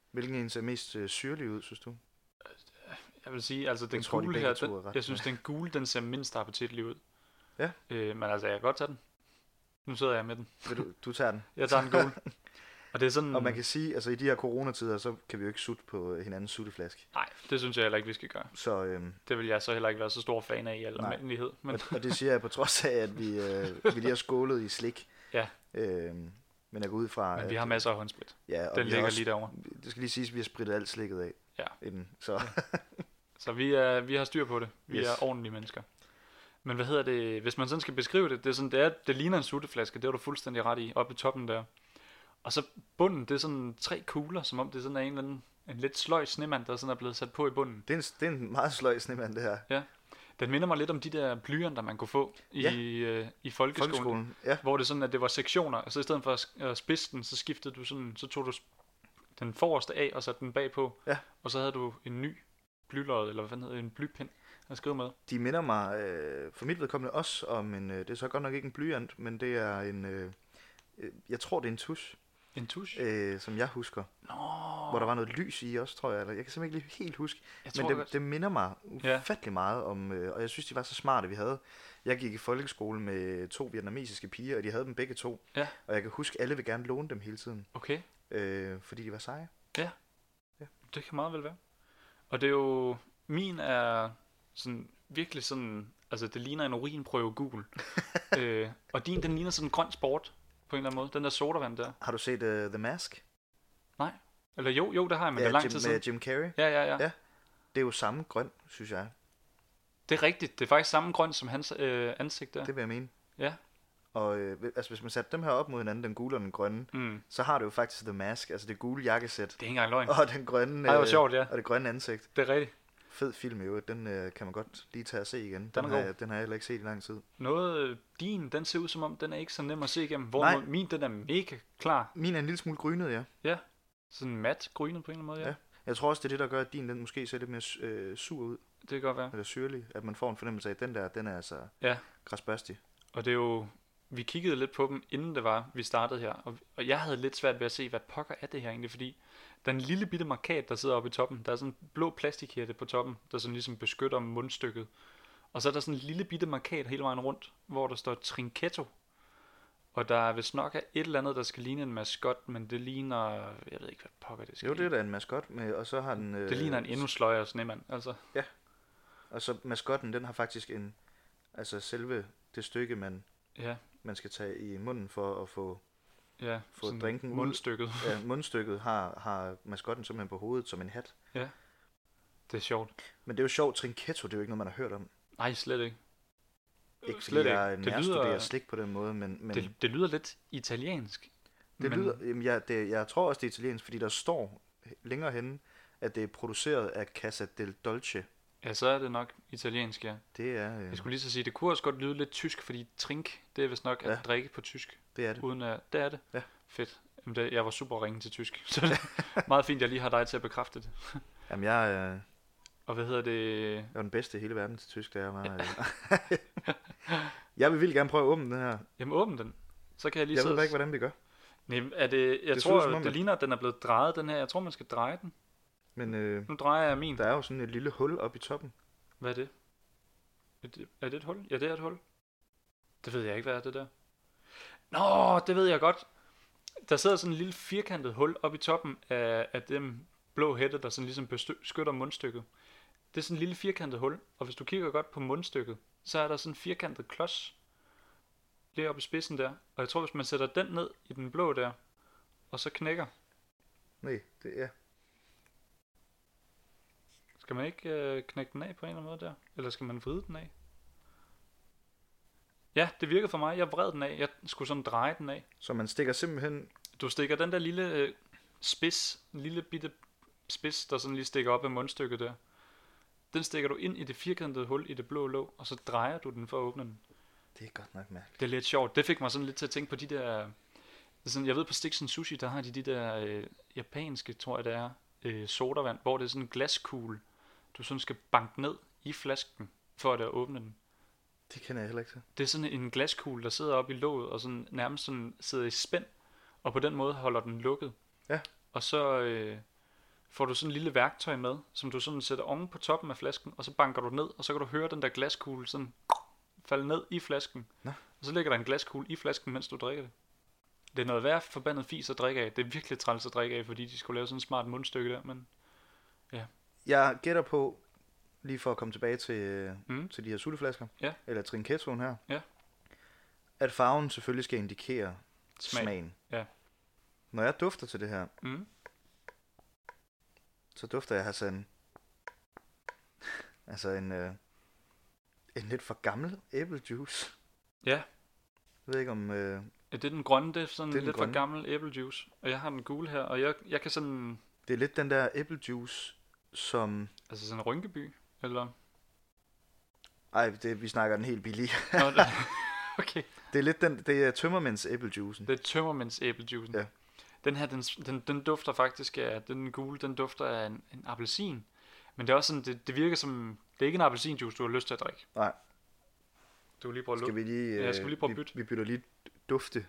Hvilken en ser mest øh, syrlig ud, synes du? Jeg vil sige, altså den Jeg tror, de gule begge her, to den, er ret. jeg synes den gule, den ser mindst appetitlig ud. Ja. Øh, men altså, jeg kan godt tage den. Nu sidder jeg med den. Vil du, du tager den? Jeg tager den gule. Og det er sådan... Og man kan sige, altså i de her coronatider, så kan vi jo ikke sutte på hinandens sutteflaske. Nej, det synes jeg heller ikke, vi skal gøre. Så, øhm, Det vil jeg så heller ikke være så stor fan af i al Nej. almindelighed. Men og, og det siger jeg på trods af, at vi, øh, vi lige har skålet i slik. Ja. Øhm, men jeg går ud fra... Men vi at- har masser af håndsprit. Ja, og Den vi har ligger også, lige derovre. Det skal lige siges, at vi har spritet alt slikket af. Ja. Inden, så Så vi, er, vi har styr på det. Vi Yes. er ordentlige mennesker. Men hvad hedder det? Hvis man sådan skal beskrive det, det er sådan, det, er, det ligner en sutteflaske. Det har du fuldstændig ret i. Oppe i toppen der. Og så bunden, det er sådan tre kugler, som om det sådan er en eller anden en lidt sløj snemand, der sådan er blevet sat på i bunden. det, er en, det er en meget sløj snemand, det her. Den minder mig lidt om de der blyanter, man kunne få i, Ja. øh, i folkeskolen. Folkeskolen, ja. Hvor det sådan, at det var sektioner, og så i stedet for at sk- at spidse den, så skiftede du sådan, så tog du sp- den forreste af og satte den bagpå. Ja. Og så havde du en ny blylod, eller hvad fanden hedder det, en blypind at skrive med. De minder mig øh, for mit vedkommende også om en, øh, det er så godt nok ikke en blyant, men det er en, øh, øh, jeg tror det er en tusch, En tusch? øh, som jeg husker. Nå. Hvor der var noget lys i også, tror jeg. Eller jeg kan simpelthen ikke lige helt huske. Jeg Men tror det, godt. det minder mig Ja. ufattelig meget om, øh, og jeg synes, de var så smarte, vi havde. Jeg gik i folkeskole med to vietnamesiske piger, og de havde dem begge to. Ja. Og jeg kan huske, at alle vil gerne låne dem hele tiden, Okay, øh, fordi de var seje. det kan meget vel være. Og det er jo, min er sådan virkelig sådan, altså det ligner en urinprøve Google. øh, og din, den ligner sådan en grøn sport på en eller anden måde. Den der sodavand der. Har du set uh, The Mask? Eller jo, jo, det har jeg, men det Ja, er lang Jim, tid siden. med Jim Carrey. Ja, ja, ja, Ja. Det er jo samme grøn, synes jeg. Det er rigtigt. Det er faktisk samme grøn som hans øh, ansigt der. Det vil jeg mene. Ja. Og øh, altså, hvis man satte dem her op mod hinanden, den gule og den grønne, Mm. så har det jo faktisk The Mask, altså det gule jakkesæt, Det er ikke engang løgn. og den grønne, Ej, hvor øh, sjovt, ja. og det grønne ansigt. Det er rigtigt. Fed film jo, den øh, kan man godt lige tage og se igen. Den Den, er har, god. jeg- den har jeg heller ikke set i lang tid. Noget, øh, din, den ser ud som om, den er ikke så nem at se igennem. Hvor Nej. min, den er mega klar. Min er en lille smule grynet, ja. Sådan mat grynet på en eller anden måde, ja. Ja. Jeg tror også, det er det, der gør, at din den måske ser lidt mere øh, sur ud, Det kan godt være. eller syrlig, at man får en fornemmelse af, at den der, den er altså Ja. græsbørstig. Og det er jo, vi kiggede lidt på dem, inden det var, vi startede her. Og, og jeg havde lidt svært ved at se, hvad pokker er det her egentlig, fordi der er en lille bitte markat, der sidder oppe i toppen. Der er sådan en blå plastikhætte på toppen, der sådan ligesom beskytter mundstykket. Og så er der sådan en lille bitte markat hele vejen rundt, hvor der står Trinketto. Og der er vist nok et eller andet, der skal ligne en maskot, men det ligner, jeg ved ikke, hvad pokker det skal Jo, det er ligne. da en maskot, med, og så har den... Øh, Det ligner en endnu sløjere snemand, altså. Og så maskotten, den har faktisk en... Altså selve det stykke, man, Ja, man skal tage i munden for at få... ja. Få sådan drinken ud. mundstykket. Ja, mundstykket har, har maskotten simpelthen på hovedet som en hat. Det er sjovt. Men det er jo sjovt, Trinketto, det er jo ikke noget, man har hørt om. Nej, slet ikke. Ikke fordi Slet jeg ikke. Det nærstuderer lyder- slik på den måde, men, men det, Det, det lyder lidt italiensk. det men- lyder... Jamen, jeg, det, jeg tror også, det er italiensk, fordi der står længere henne, at det er produceret af Casa del Dolce. Ja, så er det nok italiensk, ja. Det er, øh, Jeg skulle lige så sige, det kunne også godt lyde lidt tysk, fordi trink, det er vist nok at Ja. drikke på tysk. det er det. Uden at, det er det. Ja. Fedt. Jamen, det, jeg var super ringe til tysk. Så det er meget fint, jeg lige har dig til at bekræfte det. Jamen, jeg, øh, Og hvad hedder det? jeg var den bedste i hele verden til tysk, da jeg var... Øh. Jeg vil vildt gerne prøve at åbne den her. Jamen, åbn den. Så kan jeg lige Jeg sidde ved bare og- ikke, hvordan vi gør. Nej, er det, jeg Det tror, ser ud som om, det at- ligner, at den er blevet drejet, den her. Jeg tror, man skal dreje den. Men øh, Nu drejer jeg min. der er jo sådan et lille hul oppe i toppen. Hvad er det? Er det, er det et hul? Ja, det er et hul. Det ved jeg ikke, hvad er det der. Nå, det ved jeg godt. Der sidder sådan en lille firkantet hul oppe i toppen af, af den blå hætte, der sådan ligesom beskytter mundstykket. Det er sådan en lille firkantet hul, og hvis du kigger godt på mundstykket, så er der sådan en firkantet klods lige oppe i spidsen der. Og jeg tror, hvis man sætter den ned i den blå der, og så knækker, Nej, det er... skal man ikke øh, knække den af på en eller anden måde der? Eller skal man vride den af? Ja, det virkede for mig. Jeg vred den af. Jeg skulle sådan dreje den af. Så man stikker simpelthen... Du stikker den der lille øh, spids, en lille bitte spids, der sådan lige stikker op af mundstykket der. Den stikker du ind i det firkantede hul i det blå låg, og så drejer du den for at åbne den. Det er godt nok mærkeligt. Det er lidt sjovt. Det fik mig sådan lidt til at tænke på de der... Sådan, jeg ved på Stixon Sushi, der har de de der øh, japanske, tror jeg det er, øh, sodavand, hvor det er sådan en glaskugle, du sådan skal banke ned i flasken, for at åbne den. Det kender jeg heller ikke til. Det er sådan en glaskugle, der sidder oppe i låget, og sådan nærmest sådan sidder i spænd, og på den måde holder den lukket. Ja. Og så, øh, får du sådan en lille værktøj med, som du sådan sætter oven på toppen af flasken, og så banker du ned, og så kan du høre den der glaskugle sådan falde ned i flasken. Nå. Og så ligger der en glaskugle i flasken, mens du drikker det. Det er noget værd forbandet fis at drikke af. Det er virkelig træls at drikke af, fordi de skulle lave sådan en smart mundstykke der, men ja. Jeg gætter på, lige for at komme tilbage til, Mm. til de her sutteflasker, Ja. eller trinkettoen her, Ja. at farven selvfølgelig skal indikere Smag. smagen. Ja. Når jeg dufter til det her, Mm. så dufter jeg altså en, altså en, øh, en lidt for gammel æblejuice. Ja. Jeg ved ikke om... Øh, Ja, det er den grønne, det er sådan Det er den lidt grønne. for gammel æblejuice. Og jeg har den gule her, og jeg, jeg kan sådan... det er lidt den der æblejuice, som... Altså sådan en Rynkeby, eller... Ej, det, vi snakker den helt billige. Nå, det, okay. Det er lidt den... Det er tømmermænds æblejuicen. Det er tømmermænds æblejuicen. Ja. Den her, den, den, den dufter faktisk af... Den gule, den dufter af en, en appelsin. Men det er også sådan, det, det virker som... Det er ikke en appelsinjuice, du har lyst til at drikke. Nej. Du vil lige prøve at Skal lukke. vi lige... Ja, skal vi lige prøve at vi, bytte? vi bytter lige dufte.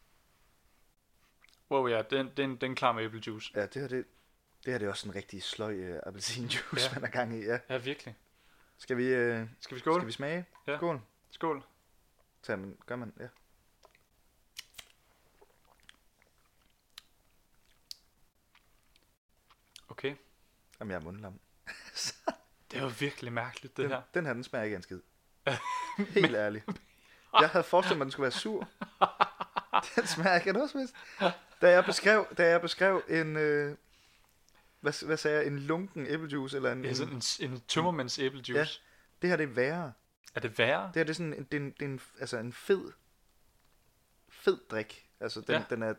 Wow, ja, den, den, den er klar med æblejuice. Ja, det her, det, det her det er også en rigtig sløj uh, appelsinjuice, Ja. man er gang i. Ja. Ja, virkelig. Skal vi, uh, Skal vi skåle? skal vi smage? Ja. Skål. Skål. Tag man, gør man, ja. Okay. Jamen, jeg er mundlam. Det er jo virkelig mærkeligt, det den, her. Den her, den smager ikke af en skid. Helt ærligt. Jeg havde forestillet mig, at den skulle være sur. Den smager ikke af noget som helst. Da jeg beskrev, da jeg beskrev en... Øh, hvad, hvad sagde jeg? En lunken æblejuice? Eller en, Ja, en, sådan en, en tømmermænds æblejuice. Ja. Det her, det er værre. Er det værre? Det her, det er sådan en, det er en, det er en, altså en fed, fed drik. Altså, den, Ja. den er...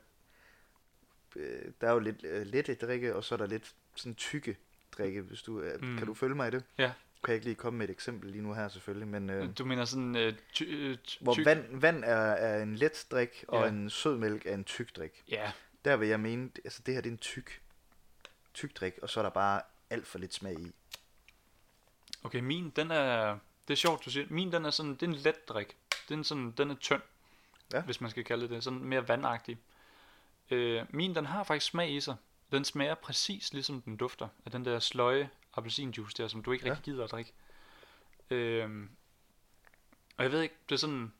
Øh, der er jo lidt øh, lette drikke, og så er der lidt sådan tykke drikke, hvis du... Øh, Mm. Kan du følge mig i det? Ja. Kan jeg ikke lige komme med et eksempel lige nu her, selvfølgelig, men... Øh, Du mener sådan øh, ty, øh, ty, hvor tyk- vand, vand er, er en let drik, og Ja. en sødmælk er en tyk drik. Ja, Der vil jeg mene, altså det her det er en tyk, tyk drik, og så er der bare alt for lidt smag i. okay, min, den er... Det er sjovt, du siger. Min, den er sådan... Det er en let drik. Den er sådan... Den er tynd, Ja. hvis man skal kalde det. Sådan mere vandagtig. Øh, min, den har faktisk smag i sig. Den smager præcis ligesom den dufter. Af den der sløje appelsinjuice der, som du ikke Ja. rigtig gider at drikke. Øh, og jeg ved ikke, det er sådan...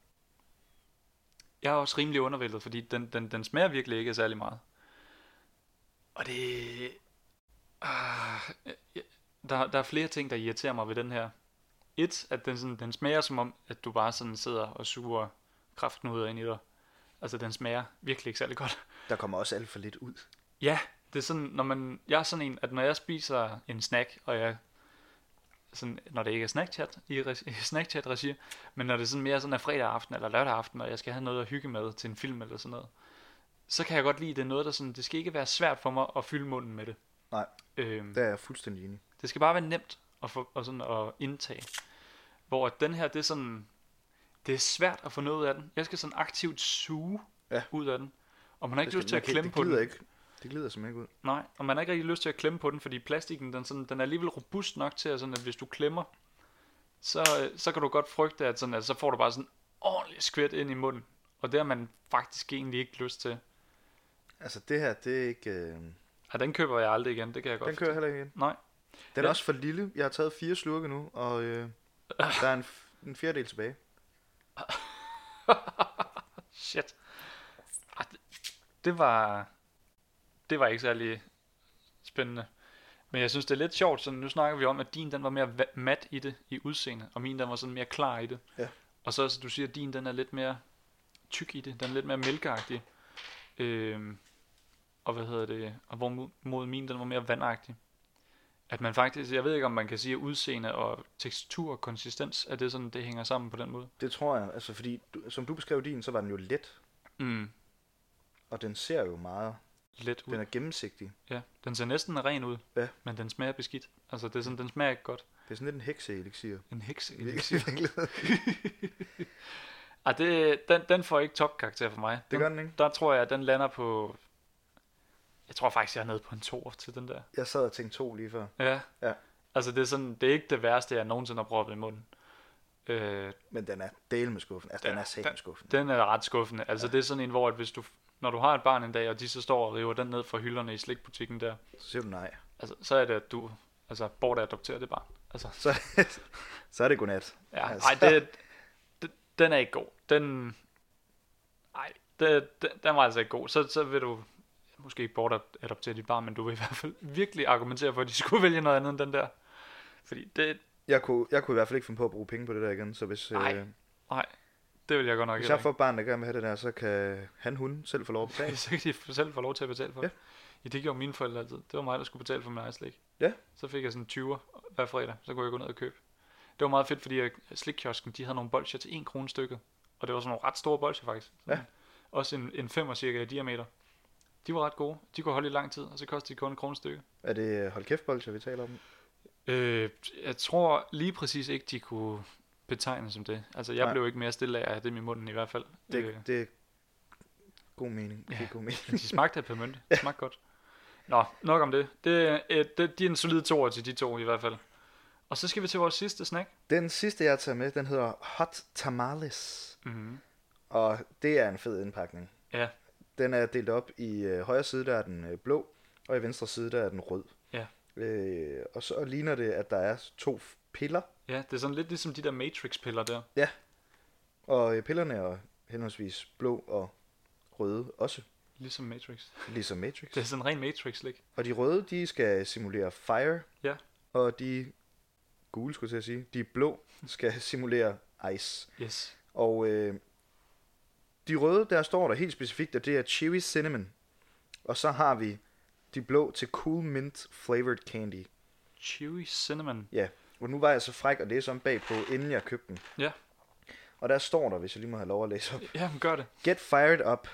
Jeg er også rimelig undervældet, fordi den, den, den smager virkelig ikke af særlig meget. Og det... Ah, jeg- der, der er flere ting, der irriterer mig ved den her. Et, at den, sådan, den smager som om, at du bare sådan sidder og suger kraftknuder ind i dig. Altså, den smager virkelig ikke særlig godt. Der kommer også alt for lidt ud. Ja, det er sådan, når man... Jeg er sådan en, at når jeg spiser en snack, og jeg... Sådan, når det ikke er snackchat i, res- i snackchat-regi, men når det sådan mere sådan er fredag aften eller lørdag aften, og jeg skal have noget at hygge med til en film eller sådan noget, så kan jeg godt lide, at det er noget, der sådan... Det skal ikke være svært for mig at fylde munden med det. Nej, Øhm, der er jeg fuldstændig enig. Det skal bare være nemt at, få, og sådan at indtage. Hvor at den her, det er sådan... Det er svært at få noget ud af den. Jeg skal sådan aktivt suge Ja. ud af den. Og man har ikke Det lyst til man at kan- klemme det på den. glider Ikke. Det glider simpelthen ikke ud. Nej, og man har ikke rigtig lyst til at klemme på den, fordi plastikken, den, sådan, den er alligevel robust nok til, at, sådan, at hvis du klemmer, så, så kan du godt frygte, at, sådan, at så får du bare sådan ordentligt skvæt ind i munden. Og det har man faktisk egentlig ikke lyst til. Altså det her, det er ikke... Øh, Og den køber jeg aldrig igen, det kan jeg godt den kører heller ikke igen. Nej. Den er Ja. også for lille. Jeg har taget fire slurke nu, og øh, der er en, f- en fjerdedel tilbage. Shit. Ah, det, det var... Det var ikke særlig spændende. Men jeg synes, det er lidt sjovt, så nu snakker vi om, at din den var mere va- mat i det, i udseende, og min den var sådan mere klar i det. Ja. Og så, så du siger, at din den er lidt mere tyk i det, den er lidt mere mælkeagtig. Øhm, og hvad hedder det, og hvor mod min den var mere vandagtig. At man faktisk, jeg ved ikke om man kan sige, at udseende og tekstur og konsistens, at det sådan, det hænger sammen på den måde. Det tror jeg, altså fordi, du, som du beskrev din, så var den jo let, Mm, og den ser jo meget, let ud. den er gennemsigtig. Ja, den ser næsten ren ud, Ja. men den smager beskidt. Altså, det er sådan, den smager ikke godt. Det er sådan lidt en hekseelixir. En heks. I virkeligheden. Ej, det, den, den får ikke topkarakter for mig. Det Den, gør den ikke. der tror jeg, at den lander på... Jeg tror faktisk, jeg er nede på en toer til den der. Jeg sad og tænkte to lige før. Ja. Ja. Altså, det er, sådan, det er ikke det værste, jeg nogensinde har proppet i munden. Øh, Men den er del med skuffen. Altså, den Ja, er sat med skuffen. den er ret skuffende. Altså, Ja. det er sådan en, hvor at hvis du, når du har et barn en dag, og de så står og river den ned fra hylderne i slikbutikken der, Så siger du nej. altså, så er det, at du altså, bortadopterer det barn. Altså, så, så er det godnat. Ja, altså. Ej, det, det, den er ikke god. Den, ej, det, den, den var altså ikke god. Så, så vil du måske ikke bortadoptere dit barn, men du vil i hvert fald virkelig argumentere for, at de skulle vælge noget andet end den der. Fordi det... Jeg kunne, jeg kunne i hvert fald ikke finde på at bruge penge på det der igen, så hvis... Nej, øh, nej. Det vil jeg godt nok Hvis jeg får barn, der gerne vil have det der, så kan han, hun selv få lov at betale. Så kan de selv få lov til at betale for det. Ja. Ja, det gjorde mine forældre altid. Det var mig, der skulle betale for min egen slik. Ja. Så fik jeg sådan tyver hver fredag, så kunne jeg gå ned og købe. Det var meget fedt, fordi slikkiosken, de havde nogle bolcher til en krone stykket. Og det var sådan nogle ret store bolcher faktisk. Sådan ja. Også en, en femmer cirka i diameter. De var ret gode. De kunne holde i lang tid, og så kostede de kun en krone stykket. Er det hold kæft bolcher, vi taler om? Øh, jeg tror lige præcis ikke, de kunne betegne som det. Altså, jeg Nej. blev ikke mere stille af at have dem i munden i hvert fald. Det, øh. det er god mening. Ja, det er god mening. De smagte af pimønte. Det smagte godt. Nå, nok om det. Det, det, det de er en solid toer til de to i hvert fald. Og så skal vi til vores sidste snack. Den sidste, jeg tager med, den hedder Hot Tamales. Mm-hmm. Og det er en fed indpakning. Ja. Den er delt op i øh, højre side, der er den øh, blå, og i venstre side, der er den rød. Ja. Øh, og så ligner det, at der er to piller. Ja, det er sådan lidt ligesom de der Matrix-piller der. Ja. Og øh, pillerne er henholdsvis blå og røde også. Ligesom Matrix. Ligesom Matrix. Det er sådan en ren Matrix-slik. Og de røde, de skal simulere fire. Ja. Og de gule, skulle jeg sige, de blå skal simulere ice. Yes. Og øh, de røde, der står der helt specifikt, at det er chewy cinnamon. Og så har vi de blå til cool mint flavored candy. Chewy cinnamon? Ja, og nu var jeg så fræk at læse om bagpå, inden jeg købte den. Ja. Og der står der, hvis jeg lige må have lov at læse op. Ja, men gør det. Get fired up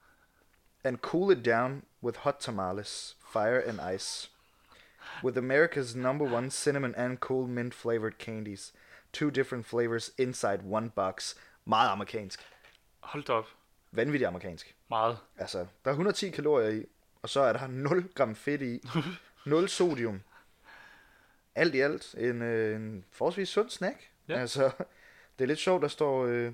and cool it down with hot tamales, fire and ice. With America's number one cinnamon and cool mint flavored candies. Two different flavors inside one box. Meget amerikansk. Hold da op. Vanvittigt amerikansk. Meget. Altså, der er et hundrede og ti kalorier i, og så er der nul gram fedt i. nul sodium. Alt i alt en, øh, en forholdsvis sund snack. Ja. Altså, det er lidt sjovt, der står... Øh,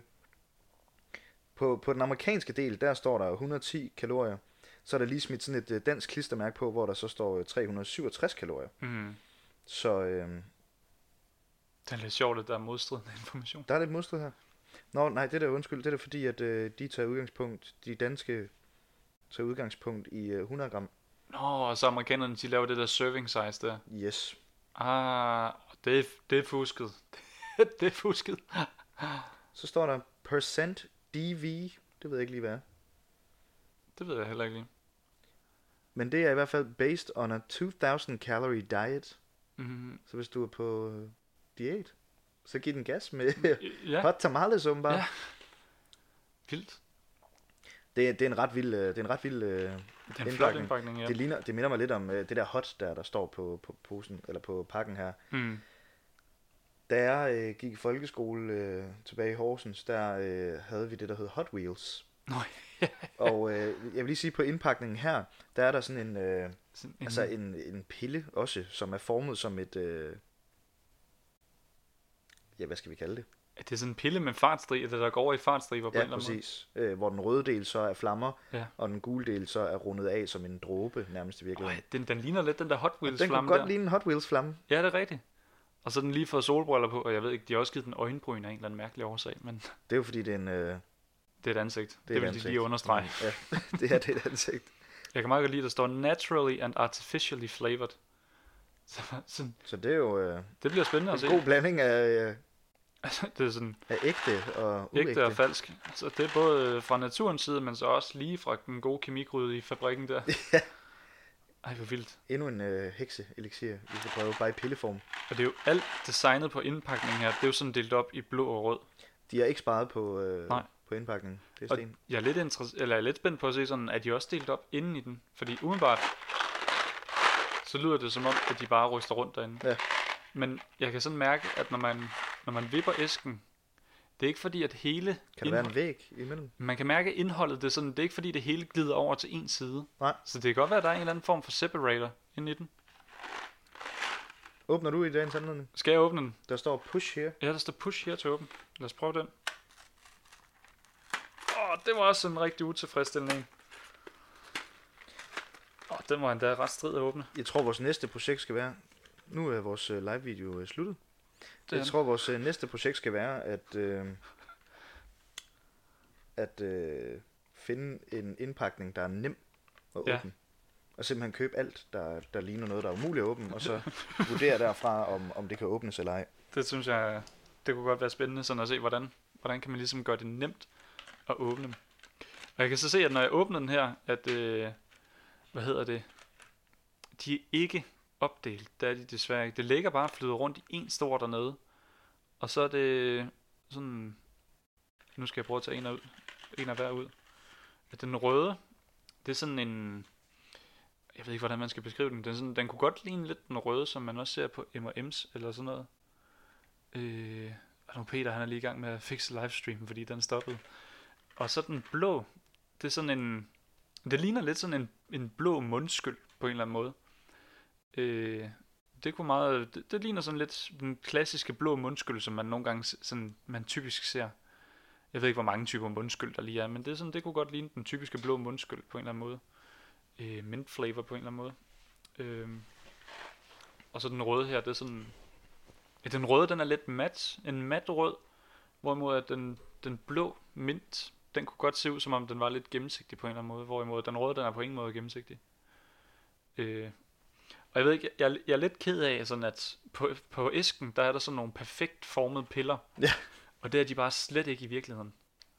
på, på den amerikanske del, der står der et hundrede og ti kalorier. Så er der lige smidt sådan et øh, dansk klistermærke på, hvor der så står øh, tre hundrede og syvogtres kalorier. Mm. Så... Øh, det er lidt sjovt, at der er modstridende information. Der er lidt modstrid her. Nå, nej, det er da undskyld. Det er da fordi, at øh, de tager udgangspunkt... De danske tager udgangspunkt i øh, hundrede gram. Nå, og så amerikanerne, de laver det der serving size der. Yes. Ah, det er, det er fusket. Det er fusket. Så står der percent D V. Det ved jeg ikke lige, hvad er. Det ved jeg heller ikke lige. Men det er i hvert fald based on a two thousand calorie diet. Mm-hmm. Så hvis du er på øh, diæt, så giv den gas med ja. hot tamales åbenbart. Ja. Vildt. Det, det er en ret vild, det er en ret vild øh, det er en flot indpakning, ja. Det, ligner, det minder mig lidt om øh, det der hot, der, der står på, på posen, eller på pakken her. Mm. Da jeg øh, gik i folkeskole øh, tilbage i Horsens, der øh, havde vi det, der hed Hot Wheels. Nå, og øh, jeg vil lige sige, på indpakningen her, der er der sådan en, øh, sådan en... altså en, en pille også, som er formet som et, øh, ja, hvad skal vi kalde det? Det er sådan en pille med fartstriber, der går over i fartstriber på ja, en eller anden præcis. Øh, hvor den røde del så er flammer, ja. Og den gule del så er rundet af som en dråbe, nærmest i virkeligheden. Øj, den, den ligner lidt den der Hot Wheels den flamme kunne der. godt ligne en Hot Wheels flamme. Ja, det er rigtigt. Og så er den lige fået solbriller på, og jeg ved ikke, de har også givet den øjenbryn af en eller anden mærkelig årsag, men... Det er jo fordi, det er en... Øh... Det er et ansigt. Det, det det vil ansigt. de lige understrege. Ja, det er det et ansigt. Jeg kan meget godt lide, at der står naturally and artificially flavored. Så, sådan, så det er jo... Øh... Det bliver spændende at se. En god blanding af... Øh... Altså, det er sådan... Af ægte og uægte. Ægte og falsk. Så det er både fra naturens side, men så også lige fra den gode kemigryde i fabrikken der. Ja. Ej, hvor vildt. Endnu en øh, hekse-elixir, vi skal prøve, bare i pilleform. Og det er jo alt designet på indpakningen her, det er jo sådan delt op i blå og rød. De har ikke sparet på, øh, Nej. på indpakningen, det er sten. Og jeg er lidt, interess- eller jeg er lidt spændt på at se sådan, at de også delt op inden i den. Fordi umiddelbart, så lyder det som om, at de bare ryster rundt derinde. Ja. Men jeg kan sådan mærke, at når man, når man vipper æsken, det er ikke fordi, at hele... Kan der være en væg imellem? Man kan mærke indholdet, det er, sådan, det er ikke fordi, det hele glider over til en side. Nej. Så det kan godt være, at der er en eller anden form for separator inde i den. Åbner du i dagens anledning? Skal jeg åbne den? Der står push her. Ja, der står push her til åben. Lad os prøve den. Åh, oh, det var også en rigtig utilfredsstillende en. Åh, oh, den var endda ret strid at åbne. Jeg tror, vores næste projekt skal være... Nu er vores uh, live-video uh, sluttet. Det jeg tror, vores uh, næste projekt skal være at... Uh, at uh, finde en indpakning, der er nem at Ja. åbne. Og simpelthen købe alt, der, der ligner noget, der er umuligt at åbne. Og så vurdere derfra, om, om det kan åbnes eller ej. Det synes jeg, det kunne godt være spændende sådan at se, hvordan, hvordan kan man ligesom gøre det nemt at åbne dem. Og jeg kan så se, at når jeg åbner den her, at, øh, hvad hedder det, de er ikke opdelt, det er de desværre ikke. Det ligger bare flyder rundt i en stor dernede, og så er det sådan, nu skal jeg prøve at tage en af, en af hver ud. At den røde, det er sådan en, jeg ved ikke, hvordan man skal beskrive den, den, sådan, den kunne godt ligne lidt den røde, som man også ser på M og M's eller sådan noget. Øh, og nu Peter, han er lige i gang med at fikse livestreamen, fordi den stoppede. Og så den blå, det er sådan en, det ligner lidt sådan en, en blå mundskyld på en eller anden måde. Øh, det kunne meget, det, det ligner sådan lidt den klassiske blå mundskyld, som man nogle gange sådan, man typisk ser. Jeg ved ikke, hvor mange typer mundskyld der lige er, men det er sådan, det kunne godt ligne den typiske blå mundskyld på en eller anden måde. Øh, mint flavor på en eller anden måde. Øh, og så den røde her, det er sådan, ja, den røde, den er lidt mat, en mat rød, hvorimod at den, den blå mint, den kunne godt se ud, som om den var lidt gennemsigtig på en eller anden måde, hvorimod den røde, den er på ingen måde gennemsigtig. Øh, og jeg ved ikke, jeg, jeg er lidt ked af, sådan at på, på æsken, der er der sådan nogle perfekt formede piller, Ja. og det er de bare slet ikke i virkeligheden.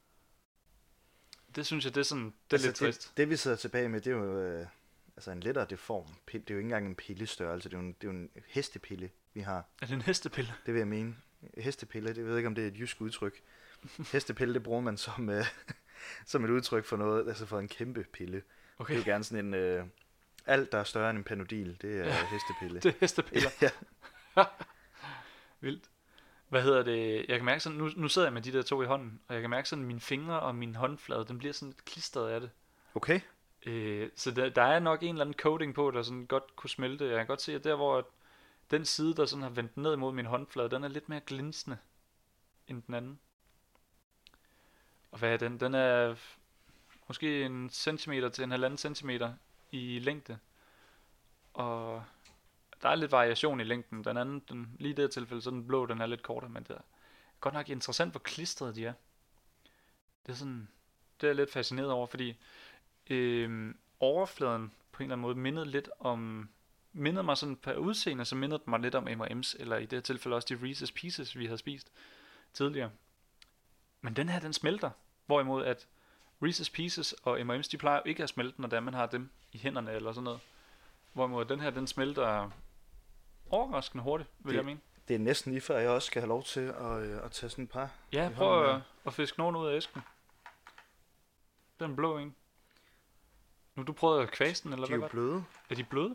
Det synes jeg, det er sådan, det er altså, lidt trist. Det, det vi sidder tilbage med, det er jo øh, altså en lettere deform. Det er jo ikke engang en pillestørrelse, det er jo en, det er jo en hestepille, vi har. Er det en hestepille? Det vil jeg mene. Hestepille, det ved jeg ikke, om det er et jysk udtryk. Hestepille, det bruger man som, øh, som et udtryk for noget, altså for en kæmpe pille. Okay. Det er gerne sådan en, øh, alt der er større end en Panodil, det er Ja. hestepille. Det er hestepiller. Ja. Vildt. Hvad hedder det? Jeg kan mærke sådan, nu, nu sidder jeg med de der to i hånden, og jeg kan mærke sådan, at mine fingre og min håndflade, den bliver sådan lidt klistret af det. Okay. Øh, så der, der er nok en eller anden coating på, der sådan godt kunne smelte. Jeg kan godt se, at der hvor den side, der sådan har vendt ned mod min håndflade, den er lidt mere glinsende end den anden. Og hvad er den? Den er måske en centimeter til en halvanden centimeter i længde. Og der er lidt variation i længden. Den anden, den, lige i det her tilfælde, så den blå, den er lidt kortere, men det er godt nok interessant, hvor klistrede de er. Det er sådan, det er jeg lidt fascineret over, fordi øh, overfladen på en eller anden måde mindede lidt om, mindede mig sådan på udseende, så mindede mig lidt om M og M's, eller i det her tilfælde også de Reese's Pieces, vi havde spist tidligere. Men den her, den smelter, hvorimod at Reese's Pieces og M og M's, de plejer jo ikke at smelte, når man har dem i hænderne eller sådan noget. Hvorimod den her, den smelter overraskende hurtigt, vil Det- jeg mene. Det er næsten lige før, jeg også skal have lov til at, øh, at tage sådan et par. Ja, i prøv hånden at, her. at fiske nogen ud af æsken. Den blå en. Nu du prøvede at kvæse den, eller De er hvad jo var det? bløde. Er de bløde?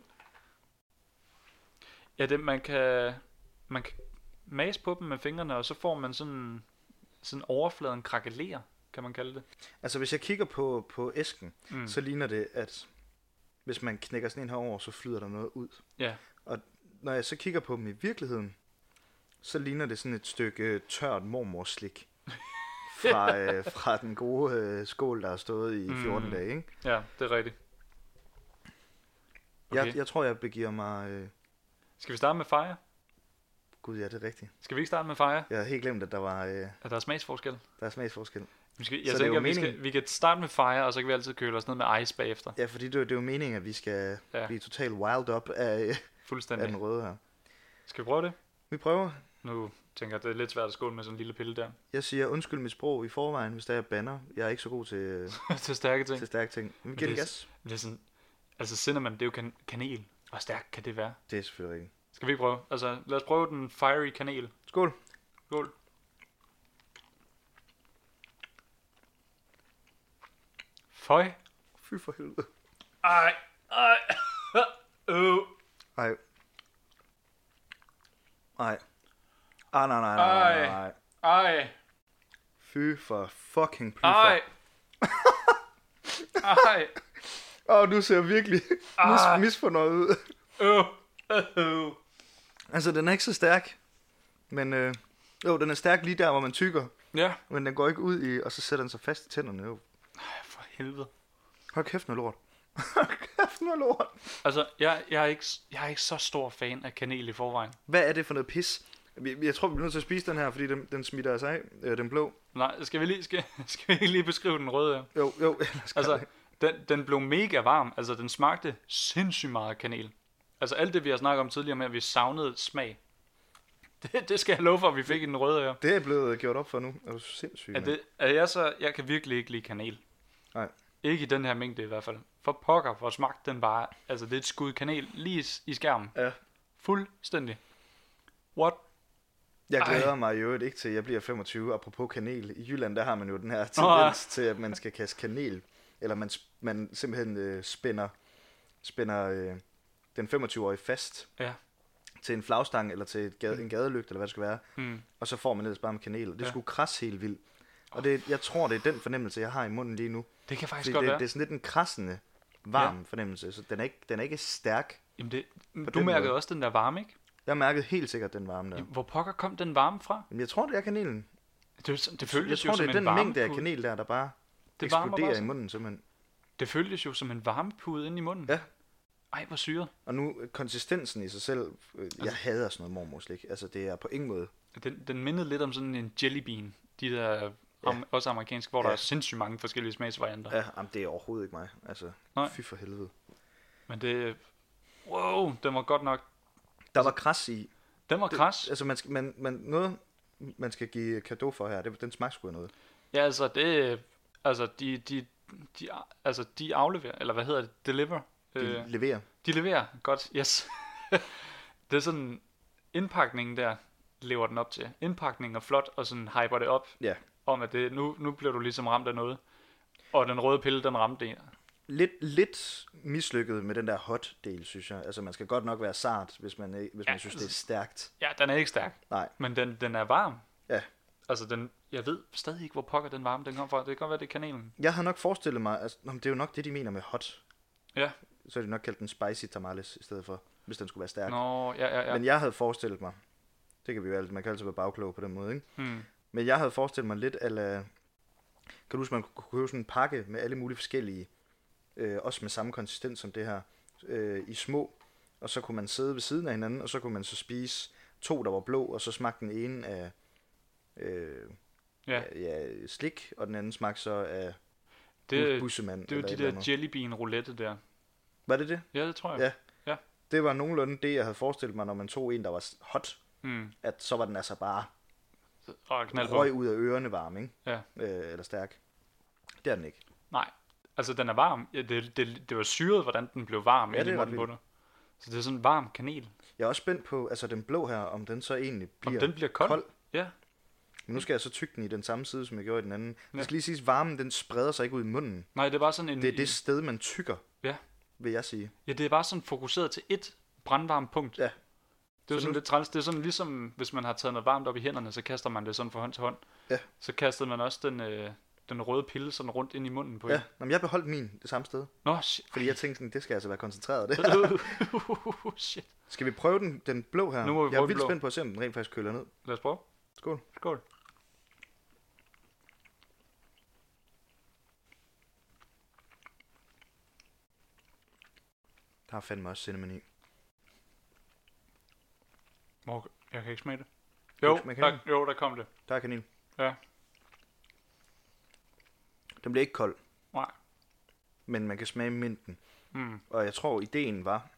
Ja, det, man kan man kan mase på dem med fingrene, og så får man sådan sådan overfladen krakelerer, kan man kalde det. Altså hvis jeg kigger på, på æsken, Mm. mm. så ligner det, at hvis man knækker sådan en herover, så flyder der noget ud. Ja, Når jeg så kigger på dem i virkeligheden, så ligner det sådan et stykke tørt mormorslik fra, øh, fra den gode øh, skål, der har stået i fjorten Mm. dage. Ikke? ja, det er rigtigt. Okay. Jeg, jeg tror, jeg begiver mig... Øh, Skal vi starte med Fire? Gud, ja, det er rigtigt. Skal vi ikke starte med Fire? Jeg havde helt glemt, at der var øh, At der er smagsforskel? der er smagsforskel. Vi skal, Så jeg det er tænker, jo vi, skal, meningen- vi kan starte med Fire, og så kan vi altid køle os ned med Ice bagefter. Ja, fordi det, er jo- det er jo meningen, at vi skal Ja. ja. blive totalt wild up af, af Fuldstændig. den røde her. Skal vi prøve det? Vi prøver. Nu tænker jeg, det er lidt svært at skåle med sådan en lille pille der. Jeg siger undskyld mit sprog i forvejen, hvis der er banner. Jeg er ikke så god til, øh, Til stærke ting. til stærke ting. Men vi giver det det er- gas. Det er sådan, altså cinnamon, det er jo kan- kanel. Hvor stærkt kan det være? Det er selvfølgelig rigtigt. Skal vi ikke prøve? Altså, lad os prøve den fiery kanel. Skål. Skål. Føj. Fy for helvede. Ej, ej. Øh. Ej. Ej. Ah, nej, nej, nej, Ej. nej, nej. Ej. Fy for fucking plyfer. Ej. Ej. Åh, oh, du ser virkelig Ej. mis, misfornøjet ud. Øh. Øh. Altså, den er ikke så stærk. Men, øh, jo, den er stærk lige der, hvor man tykker. Ja. Men den går ikke ud i, og så sætter den sig fast i tænderne. Jo. Ej, for helvede. Hold kæft noget lort. Hold kæft for noget lort? Altså, jeg, jeg, er ikke, jeg er ikke så stor fan af kanel i forvejen. Hvad er det for noget pis? Jeg tror, vi bliver nødt til at spise den her, fordi den, den smitter altså af, øh, den blå. Nej, skal vi lige, skal, skal vi ikke lige beskrive den røde her? Jo, jo. Altså, den, den blev mega varm. Altså, den smagte sindssygt meget kanel. Altså, alt det, vi har snakket om tidligere med, at vi savnede smag. Det, det skal jeg love for, at vi fik i den røde her. Det er blevet gjort op for nu. Er du sindssyg, er det, er jeg så... Jeg kan virkelig ikke lide kanel. Nej. Ikke i den her mængde i hvert fald. For pokker, for smagte den bare... Altså, det er et skud kanel lige i skærmen. Ja. Fuldstændig. What? Jeg glæder Ej. mig i øvrigt ikke til, at jeg bliver femogtyve. Apropos kanel. I Jylland, der har man jo den her tendens oh, ja. til, at man skal kaste kanel. Eller man, man simpelthen øh, spænder, spænder øh, den femogtyve-årige fast. Ja. Til en flagstang, eller til et gade, mm. en gadelygt, eller hvad det skal være. Mm. Og så får man ellers bare med kanel. Det ja. skulle krasse helt vildt. Og det, jeg tror, det er den fornemmelse, jeg har i munden lige nu. Det kan faktisk Fordi godt det, være. det er sådan lidt en krassende, varm ja. fornemmelse. Så den er ikke, den er ikke stærk. Jamen det, du mærkede måde. Også den der varme, ikke? Jeg mærkede helt sikkert den varme der. Jamen, hvor pokker kom den varme fra? Jamen, jeg tror, det er kanelen. Det, det føltes jeg tror, jo som det er en den mængde af varmepude. kanel der, der bare det eksploderer i munden simpelthen. Det føltes jo som en varmepude inde i munden. Ja. Ej, hvor syret. Og nu, konsistensen i sig selv, øh, jeg altså, hader sådan noget mormorslik. Altså, det er på ingen måde. Den, den mindede lidt om sådan en jelly bean. De der, ja. am, også amerikanske, hvor ja. der er sindssygt mange forskellige smagsvarianter. Ja, jamen, det er overhovedet ikke mig. Altså, Nej. fy for helvede. Men det, wow, den var godt nok. Der var kras i. Den var kras? Det, altså, man skal, man, man, noget, man skal give cadeau for her, det, den smagte sgu af noget. Ja, altså, det, altså, de, de, de, altså, de afleverer, eller hvad hedder det, deliver. De øh, leverer. De leverer, godt, yes. Det er sådan, indpakningen der lever den op til. Indpakningen er flot, og sådan hyper det op. Ja. Om at det, nu, nu bliver du ligesom ramt af noget. Og den røde pille, den ramte det. Lidt, lidt mislykket med den der hot del, synes jeg. Altså, man skal godt nok være sart, hvis man, hvis ja, man synes, det er stærkt. Ja, den er ikke stærk. Nej. Men den, den er varm. Ja. Altså, den, jeg ved stadig ikke, hvor pokker den varme den kom fra. Det kan godt være, det er kanelen. Jeg har nok forestillet mig, altså, det er jo nok det, de mener med hot. Ja. Så har de nok kaldt den spicy tamales i stedet for, hvis den skulle være stærk. Nå, ja, ja, ja. Men jeg havde forestillet mig, det kan vi jo altid, man kan altid være bagklog på den måde, ikke? Hmm. Men jeg havde forestillet mig lidt, eller kan du huske, man kunne købe sådan en pakke med alle mulige forskellige, øh, også med samme konsistens som det her, øh, i små, og så kunne man sidde ved siden af hinanden, og så kunne man så spise to, der var blå, og så smagte den ene af øh, ja. Ja, ja, slik, og den anden smagte så af det, bussemand. Det er jo de der jelly bean roulette der. Var det det? Ja, det tror jeg. Ja. Ja. Det var nogenlunde det, jeg havde forestillet mig, når man tog en, der var hot, mm. at så var den altså bare røg røg ud af ørerne varm, ikke? Ja. Øh, eller stærk. Det er den ikke. Nej, altså den er varm. Ja, det, det, det var syret, hvordan den blev varm ja, ind i munden på dig. Så det er sådan varm kanel. Jeg er også spændt på, altså den blå her, om den så egentlig bliver, om den bliver kold. kold. Ja. Men nu skal jeg så tygge den i den samme side, som jeg gjorde i den anden. Ja. Det skal lige siges, varmen den spreder sig ikke ud i munden. Nej, det er bare sådan en... Det er det sted, man tykker, ja. vil jeg sige. Ja, det er bare sådan fokuseret til ét brandvarmt punkt. Ja. Det er så jo sådan nu... lidt træls. Det er sådan ligesom, hvis man har taget noget varmt op i hænderne, så kaster man det sådan fra hånd til hånd. Ja. Så kastede man også den, øh, den røde pille sådan rundt ind i munden på ja. Jamen, jeg beholdt min det samme sted. Nå, shit. Fordi jeg tænkte sådan, det skal altså være koncentreret, det her. Shit. Skal vi prøve den, den blå her? Nu må vi jeg er prøve vildt den blå. spændt på at se, om den rent faktisk køler ned. Lad os prøve. Skål. Skål. Der har fandme også cinnamon i. Hvor, jeg kan ikke smage det. Jo, der, jo, der kom det. Der er kanin. Ja. Den bliver ikke kold. Nej. Men man kan smage minten. Mm. Og jeg tror, ideen var,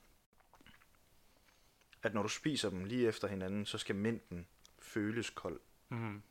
at når du spiser dem lige efter hinanden, så skal minten føles kold. Mm.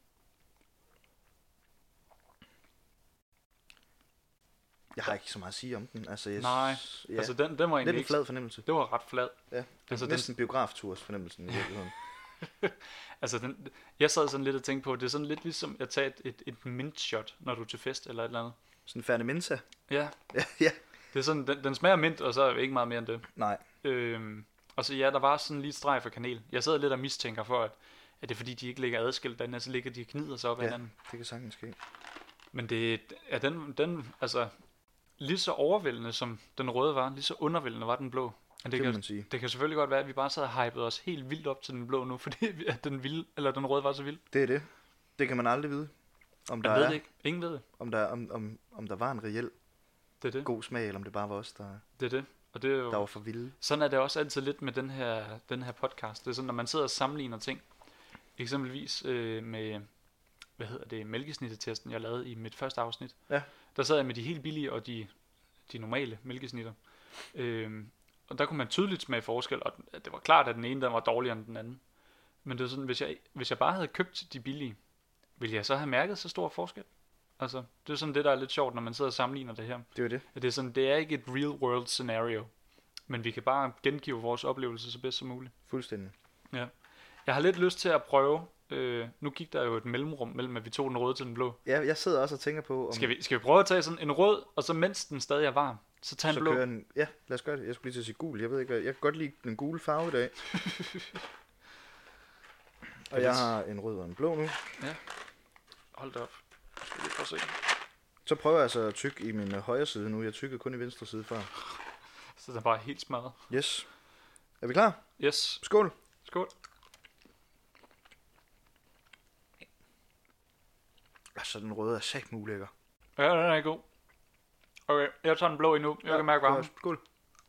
Jeg har ikke så meget at sige om den. Altså, jeg, Nej, ja. altså den, den var egentlig lidt en flad fornemmelse. Det var ret flad. Ja, altså næsten den... biografturs fornemmelsen i virkeligheden. Altså, den, jeg sad sådan lidt og tænkte på, det er sådan lidt ligesom at tage et, et, et mint shot, når du er til fest eller et eller andet. Sådan en færdig minsa? Ja. Ja, ja. Det er sådan, den, den smager mint, og så er ikke meget mere end det. Nej. Øhm, og så ja, der var sådan lige et streg for kanel. Jeg sad lidt og mistænker for, at, at det er fordi, de ikke ligger adskilt derinde, så ligger de og gnider sig op ja, ad hinanden. det kan sagtens ske. Men det er den, den, altså, lige så overvældende som den røde var, lige så undervældende var den blå. Men det, det, kan, man sige. det kan selvfølgelig godt være, at vi bare sad og hypede os helt vildt op til den blå nu, fordi at den, vilde, eller den røde var så vild. Det er det. Det kan man aldrig vide. Om der Jeg ved er, det ikke. Ingen ved det. Om der, om, om, om der var en reel det er det. god smag, eller om det bare var os, der... Det er det. Og det er jo, der var for vilde. Sådan er det også altid lidt med den her, den her podcast. Det er sådan, når man sidder og sammenligner ting, eksempelvis øh, med, hvad hedder det, mælkesnittetesten, jeg lavede i mit første afsnit. Ja. Der sad jeg med de helt billige og de, de normale mælkesnitter. Øh, og der kunne man tydeligt smage forskel, og det var klart, at den ene der var dårligere end den anden. Men det er sådan, hvis jeg, hvis jeg bare havde købt de billige, ville jeg så have mærket så stor forskel? Altså, det er sådan det, der er lidt sjovt, når man sidder og sammenligner det her. Det er det. Det er sådan, det er ikke et real world scenario, men vi kan bare gengive vores oplevelse så bedst som muligt. Fuldstændig. Ja. Jeg har lidt lyst til at prøve, øh, nu gik der jo et mellemrum mellem, at vi tog den røde til den blå. Ja, jeg sidder også og tænker på... Om skal, vi, skal vi prøve at tage sådan en rød, og så mens den stadig er varm, så tage en så blå? En, ja, lad os gøre det. Jeg skulle lige til at sige gul. Jeg ved ikke, hvad, jeg kan godt lide den gule farve i dag. Og jeg har en rød og en blå nu. Ja. Hold da op. Skal vi prøve at se. Så prøver jeg så at tykke i min højre side nu. Jeg tykkede kun i venstre side før. Så den bare er helt smadret. Yes. Er vi klar? Yes. Skål. Skål. Altså, den røde er sagt ulækker. Ja, den er god. Okay, jeg tager den blå endnu. Jeg ja, kan mærke varmen. Skål.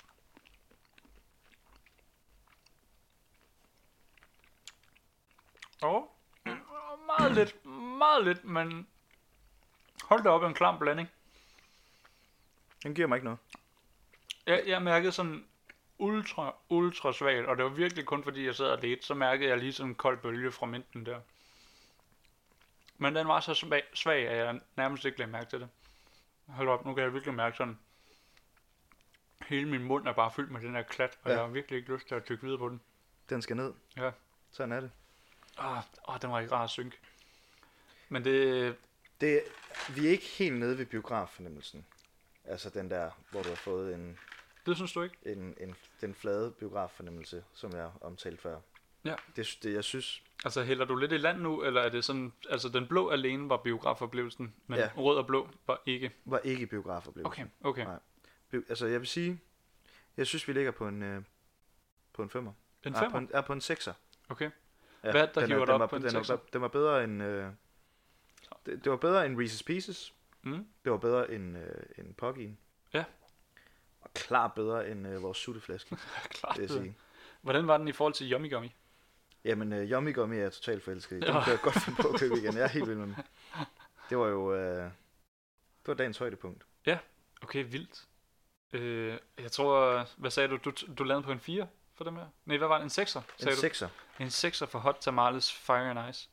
Åh. Oh. Meget lidt. Meget lidt, men... Hold da op, en klam blanding. Den giver mig ikke noget. Jeg, jeg mærkede sådan ultra, ultra svagt, og det var virkelig kun fordi jeg sad og ledte, så mærkede jeg lige sådan en kold bølge fra minten der. Men den var så svag, svag at jeg nærmest ikke lagde mærke til det. Hold op, nu kan jeg virkelig mærke sådan, hele min mund er bare fyldt med den her klat, og ja. Jeg har virkelig ikke lyst til at tykke videre på den. Den skal ned. Ja. Sådan er det. Åh, åh, den var ikke rar at synke. Men det... det... Vi er ikke helt nede ved biograffornemmelsen. Altså den der, hvor du har fået en... Det synes du ikke? En, en, den flade biograffornemmelse, som jeg omtalte før. Ja. Det, det, jeg synes... Altså hælder du lidt i land nu, eller er det sådan... Altså den blå alene var biografoplevelsen, men ja. Rød og blå var ikke... Var ikke biografoplevelsen. Okay, okay. Nej. Altså jeg vil sige... Jeg synes, vi ligger på en... Øh, på en femmer. En femmer? Ja, på en, ja, på en sekser. Okay. Ja, hvad der hiver dig op var, på en den sekser? Var, den var bedre end... Øh, det, det var bedre end Reese's Pieces. Mm. Det var bedre end, øh, end Poggien. Ja. Og klart bedre end øh, vores sutteflaske. Klart bedre. Hvordan var den i forhold til Yummy Gummy? Jamen, øh, Yummy Gummy er jeg totalt forelsket i. Den kan jeg godt finde på at købe igen. Jeg er helt vild med den. Det var jo... Øh, det var dagens højdepunkt. Ja, okay, vildt. Øh, jeg tror... Hvad sagde du? Du, du landede på en fire for dem her? Nej, hvad var det? En sekser? En sekser. En sekser for Hot Tamales Fire and Ice.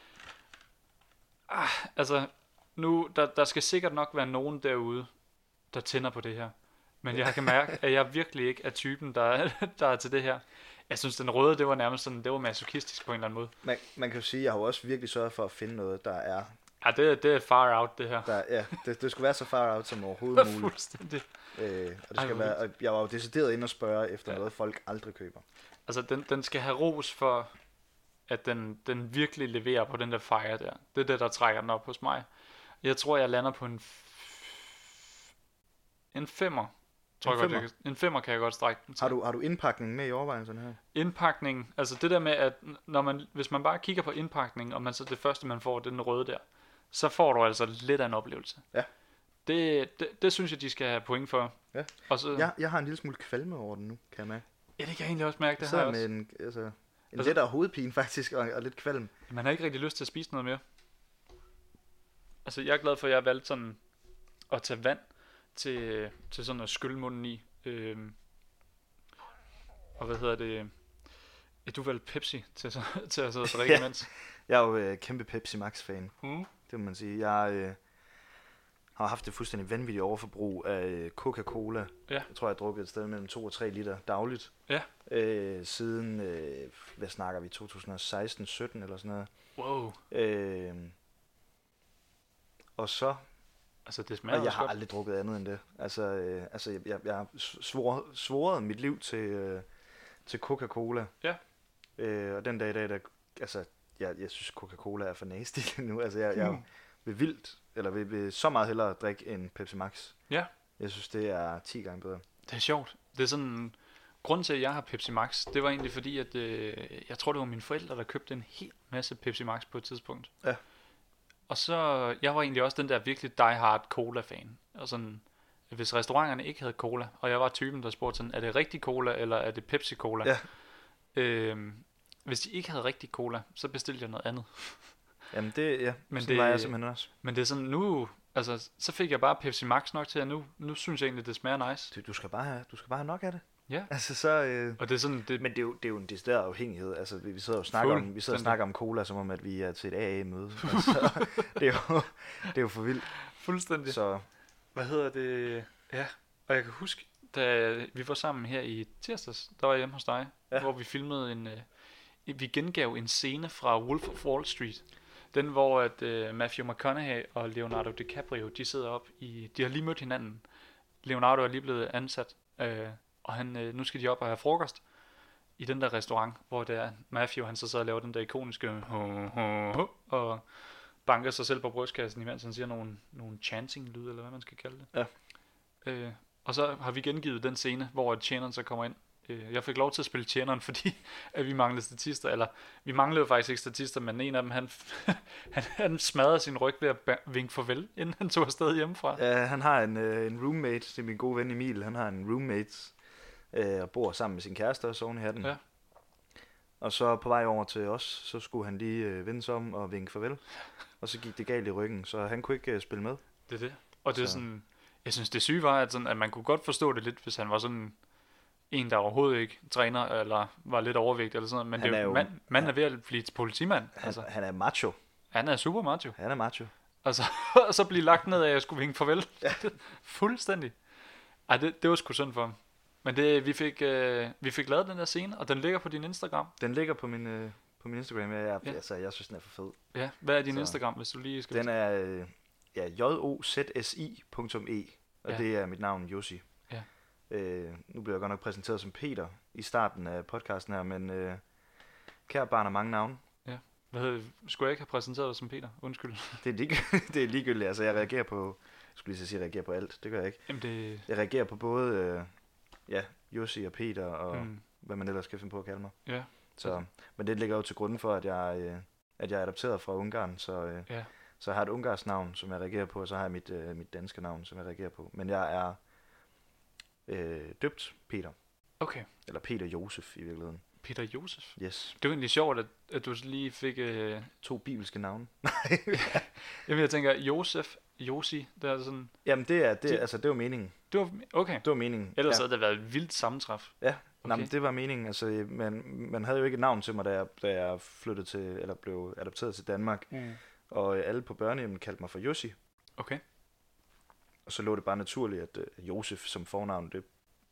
Ah, altså... Nu, der, der skal sikkert nok være nogen derude, der tænder på det her. Men jeg kan mærke, at jeg virkelig ikke er typen, der, der er til det her. Jeg synes, den røde, det var nærmest sådan, det var masochistisk på en eller anden måde. Man, man kan jo sige, at jeg har jo også virkelig sørget for at finde noget, der er... Ja, det, det er far out, det her. Der, ja, det, det skulle være så far out som overhovedet muligt. Fuldstændig. Øh, og det skal Ej, være, og jeg var jo decideret inde og spørge efter ja. noget, folk aldrig køber. Altså, den, den skal have ros for, at den, den virkelig leverer på den der fire der. Det er det, der trækker den op hos mig. Jeg tror, jeg lander på en... F- en femmer. Tror en, jeg femmer. Godt, jeg kan, en femmer kan jeg godt strække den til. Har du, har du indpakningen med i overvejelsen her? Indpakningen, altså det der med, at når man, hvis man bare kigger på indpakningen, og man så det første, man får, det er den røde der, så får du altså lidt af en oplevelse. Ja. Det, det, det synes jeg, de skal have point for. Ja. Og så, jeg, jeg har en lille smule kvalme over den nu, kan jeg mærke. Ja, det kan jeg egentlig også mærke, det så har jeg med også. En, altså, en altså, lettere hovedpine faktisk, og, og lidt kvalm. Man har ikke rigtig lyst til at spise noget mere. Altså, jeg er glad for, at jeg har valgt sådan at tage vand til, til sådan at skylle munden i. Øhm, og hvad hedder det? Ja, du valgte Pepsi til, til at sidde og drikke imens. Jeg er jo øh, kæmpe Pepsi Max-fan. Mm. Det må man sige. Jeg øh, har haft det fuldstændig vanvittigt overforbrug af øh, Coca-Cola. Ja. Jeg tror, jeg har drukket et sted mellem to og tre liter dagligt. Ja. Øh, siden, øh, hvad snakker vi, to tusind og seksten sytten eller sådan noget. Wow. Øh, og så... Altså, det smager og jeg har godt. aldrig drukket andet end det. Altså, øh, altså jeg, jeg, jeg har svoret, svoret mit liv til, øh, til Coca-Cola. Ja. Øh, og den dag i dag, der, altså, jeg, jeg synes, Coca-Cola er for nasty nu. Altså, jeg, jeg vil vildt, eller vil, vil så meget hellere drikke en Pepsi Max. Ja. Jeg synes, det er ti gange bedre. Det er sjovt. Det er sådan... Grunden til, at jeg har Pepsi Max, det var egentlig fordi, at øh, jeg tror, det var mine forældre, der købte en hel masse Pepsi Max på et tidspunkt. Ja. Og så, jeg var egentlig også den der virkelig die-hard cola-fan. Og sådan, hvis restauranterne ikke havde cola, og jeg var typen, der spurgte sådan, er det rigtig cola, eller er det Pepsi Cola? Ja. Øhm, hvis de ikke havde rigtig cola, så bestilte jeg noget andet. Jamen det, ja, men sådan det, var jeg simpelthen også. Men det er sådan, nu, altså, så fik jeg bare Pepsi Max nok til, at nu, nu synes jeg egentlig, det smager nice. Du, du, skal, bare have, du skal bare have nok af det. Ja. Altså så, øh, og det er sådan, det, men det er, jo, det er jo en decideret afhængighed. Altså vi, vi sidder og snakker om, vi sidder og snakker om cola, som om at vi er til et A A-møde. Altså, det, er jo, det er jo for vildt. Fuldstændig. Så hvad hedder det? Ja, og jeg kan huske, da vi var sammen her i tirsdags, der var jeg hjemme hos dig, ja. hvor vi filmede en, øh, vi gengav en scene fra Wolf of Wall Street. Den, hvor at, øh, Matthew McConaughey og Leonardo DiCaprio, de sidder op i, de har lige mødt hinanden. Leonardo er lige blevet ansat, øh, og han, øh, nu skal de op og have frokost i den der restaurant, hvor det er Matthew, han så sidder og laver den der ikoniske ho, ho, ho, og banker sig selv på brystkassen, imens han siger nogle, nogle chanting-lyde, eller hvad man skal kalde det. Ja. Øh, og så har vi gengivet den scene, hvor tjeneren så kommer ind. Øh, jeg fik lov til at spille tjeneren, fordi at vi manglede statister, eller vi manglede faktisk ikke statister, men en af dem, han, han, han smadrede sin ryg ved at vinke farvel, inden han tog afsted hjemmefra. Ja, han har en, øh, en roommate, det er min gode ven Emil, han har en roommate, øh, og bor sammen med sin kæreste og oven i hatten. Ja. Og så på vej over til os, så skulle han lige øh, vende sig om og vinke farvel. Og så gik det galt i ryggen, så han kunne ikke øh, spille med. Det er det. Og det er så. sådan, jeg synes det syge var, at, sådan, at man kunne godt forstå det lidt, hvis han var sådan en, der overhovedet ikke træner, eller var lidt overvægtig eller sådan noget. Men han det er jo, jo, mand, manden er ved at blive politimand. Han, altså. han er macho. Han er super macho. Han er macho. Og så, og så blive lagt ned af, at jeg skulle vinke farvel. Ja. Fuldstændig. Ej, det, det var sgu synd for ham. Men det, vi, fik, øh, vi fik lavet den der scene, og den ligger på din Instagram. Den ligger på min, øh, på min Instagram, ja, jeg, Ja. altså, jeg synes, den er for fed. Ja, hvad er din Så. Instagram, hvis du lige skal... Den er øh, ja, j o z s i punktum e, og Ja. det er mit navn, Jussi. Ja. Øh, nu bliver jeg godt nok præsenteret som Peter i starten af podcasten her, men øh, kære barn har mange navne. Hvad hedder, skulle jeg ikke have præsenteret dig som Peter? Undskyld. Det er, lig- det er ligegyldigt, altså jeg reagerer på, jeg skulle lige så sige, jeg reagerer på alt, det gør jeg ikke. Jamen det... Jeg reagerer på både, øh, ja, Jussi og Peter, og Hmm, hvad man ellers skal finde på at kalde mig. ja, Så, men det ligger jo til grunden for, at jeg, øh, at jeg er adopteret fra Ungarn, så, øh, ja. så jeg har et ungarsk navn, som jeg reagerer på, og så har jeg mit, øh, mit danske navn, som jeg reagerer på. Men jeg er øh, døbt Peter, Okay. eller Peter Josef i virkeligheden. Peter Josef. Yes. Det var egentlig sjovt, at, at du lige fik... Øh... To bibelske navne. Jamen jeg tænker, Josef, Josi, det er sådan... Jamen det er, det, Det- altså, det var meningen. Det var... Okay. Det var meningen. Ellers ja. havde det været et vildt sammentræf. Ja, Okay. okay. Nej, det var meningen. Altså, man, man havde jo ikke et navn til mig, da jeg, da jeg flyttede til, eller blev adopteret til Danmark. Mm. Og alle på børnehjemmet kaldte mig for Jussi. Okay. Og så lå det bare naturligt, at uh, Josef som fornavn, det...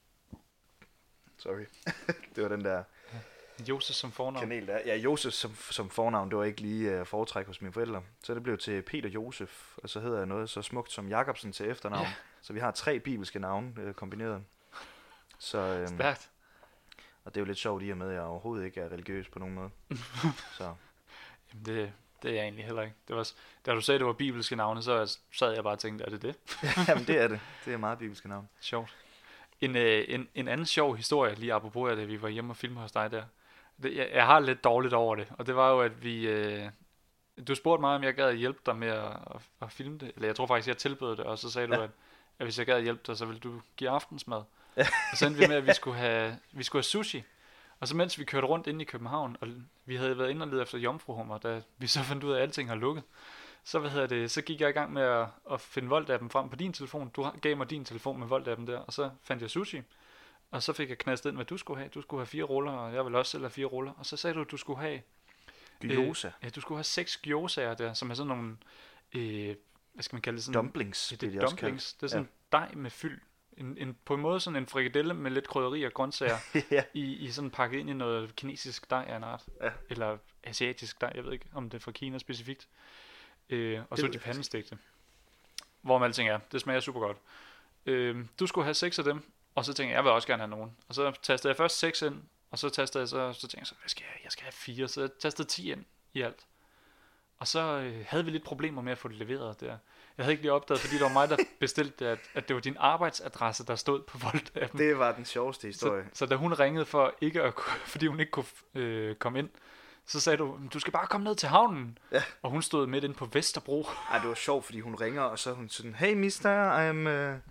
Sorry. Det var den der Josef som fornavn. kanal der. Ja, Josef som, som fornavn, det var ikke lige uh, foretræk hos mine forældre. Så det blev til Peter Josef, og så hedder jeg noget så smukt som Jacobsen til efternavn. Ja. Så vi har tre bibelske navne uh, kombineret. Så, øhm, Stærkt. og det er jo lidt sjovt i og med, at jeg overhovedet ikke er religiøs på nogen måde. Så Jamen det, det er jeg egentlig heller ikke. Det var, s- da du sagde, det var bibelske navne, så sad jeg bare og tænkte, er det det? jamen, det er det. Det er meget bibelske navn. Sjovt. En, øh, en, en anden sjov historie, lige apropos af det, vi var hjemme og filme hos dig der. Det, jeg, jeg har lidt dårligt over det, og det var jo, at vi... Øh, du spurgte mig, om jeg gad hjælpe dig med at, at, at filme det. Eller jeg tror faktisk, jeg tilbød det, og så sagde ja. du, at, at hvis jeg gad hjælpe dig, så ville du give aftensmad. Ja. Og så endte vi med, at vi skulle have, vi skulle have sushi. Og så mens vi kørte rundt inde i København, og vi havde været inde og lede efter jomfruhummer, da vi så fandt ud af, at alting har lukket, så, hvad hedder det, så gik jeg i gang med at, at finde Volt-appen frem på din telefon. Du har- gav mig din telefon med Volt-appen der, og så fandt jeg sushi. Og så fik jeg knastet ind, hvad du skulle have. Du skulle have fire ruller, og jeg ville også selv have fire ruller. Og så sagde du, at du skulle have... Gyoza. Øh, ja, du skulle have seks gyozaer der, som er sådan nogle... Øh, hvad skal man kalde det? Sådan, Dumplings, ja, bliver det de er også dumplings. kaldt. Det er sådan ja. dej med fyld. En, en, på en måde sådan en frikadelle med lidt krydderi og grøntsager Ja. i, i sådan pakket ind i noget kinesisk dej af en art. Ja. Eller asiatisk dej, jeg ved ikke, om det er fra Kina specifikt. Øh, og Det så ved de jeg faktisk pandestegte. Hvor man alting er. Det smager super godt. Øh, du skulle have seks af dem, og så tænkte jeg, jeg vil også gerne have nogen. Og så tastede jeg først seks ind, og så tastede jeg så, så tænkte jeg så, hvad skal jeg? Jeg skal have fire. Så jeg tastede ti ind i alt. Og så øh, havde vi lidt problemer med at få det leveret der. Jeg havde ikke lige opdaget, fordi det var mig, der bestilte det, at, at det var din arbejdsadresse, der stod på Volt-appen. Det var den sjoveste historie. Så, så da hun ringede for ikke at, kunne- fordi hun ikke kunne øh, komme ind, så sagde du, du skal bare komme ned til havnen. Ja. Og hun stod midt inde på Vesterbro. Ej, det var sjovt, fordi hun ringer, og så er hun sådan, hey mister, I'm, uh,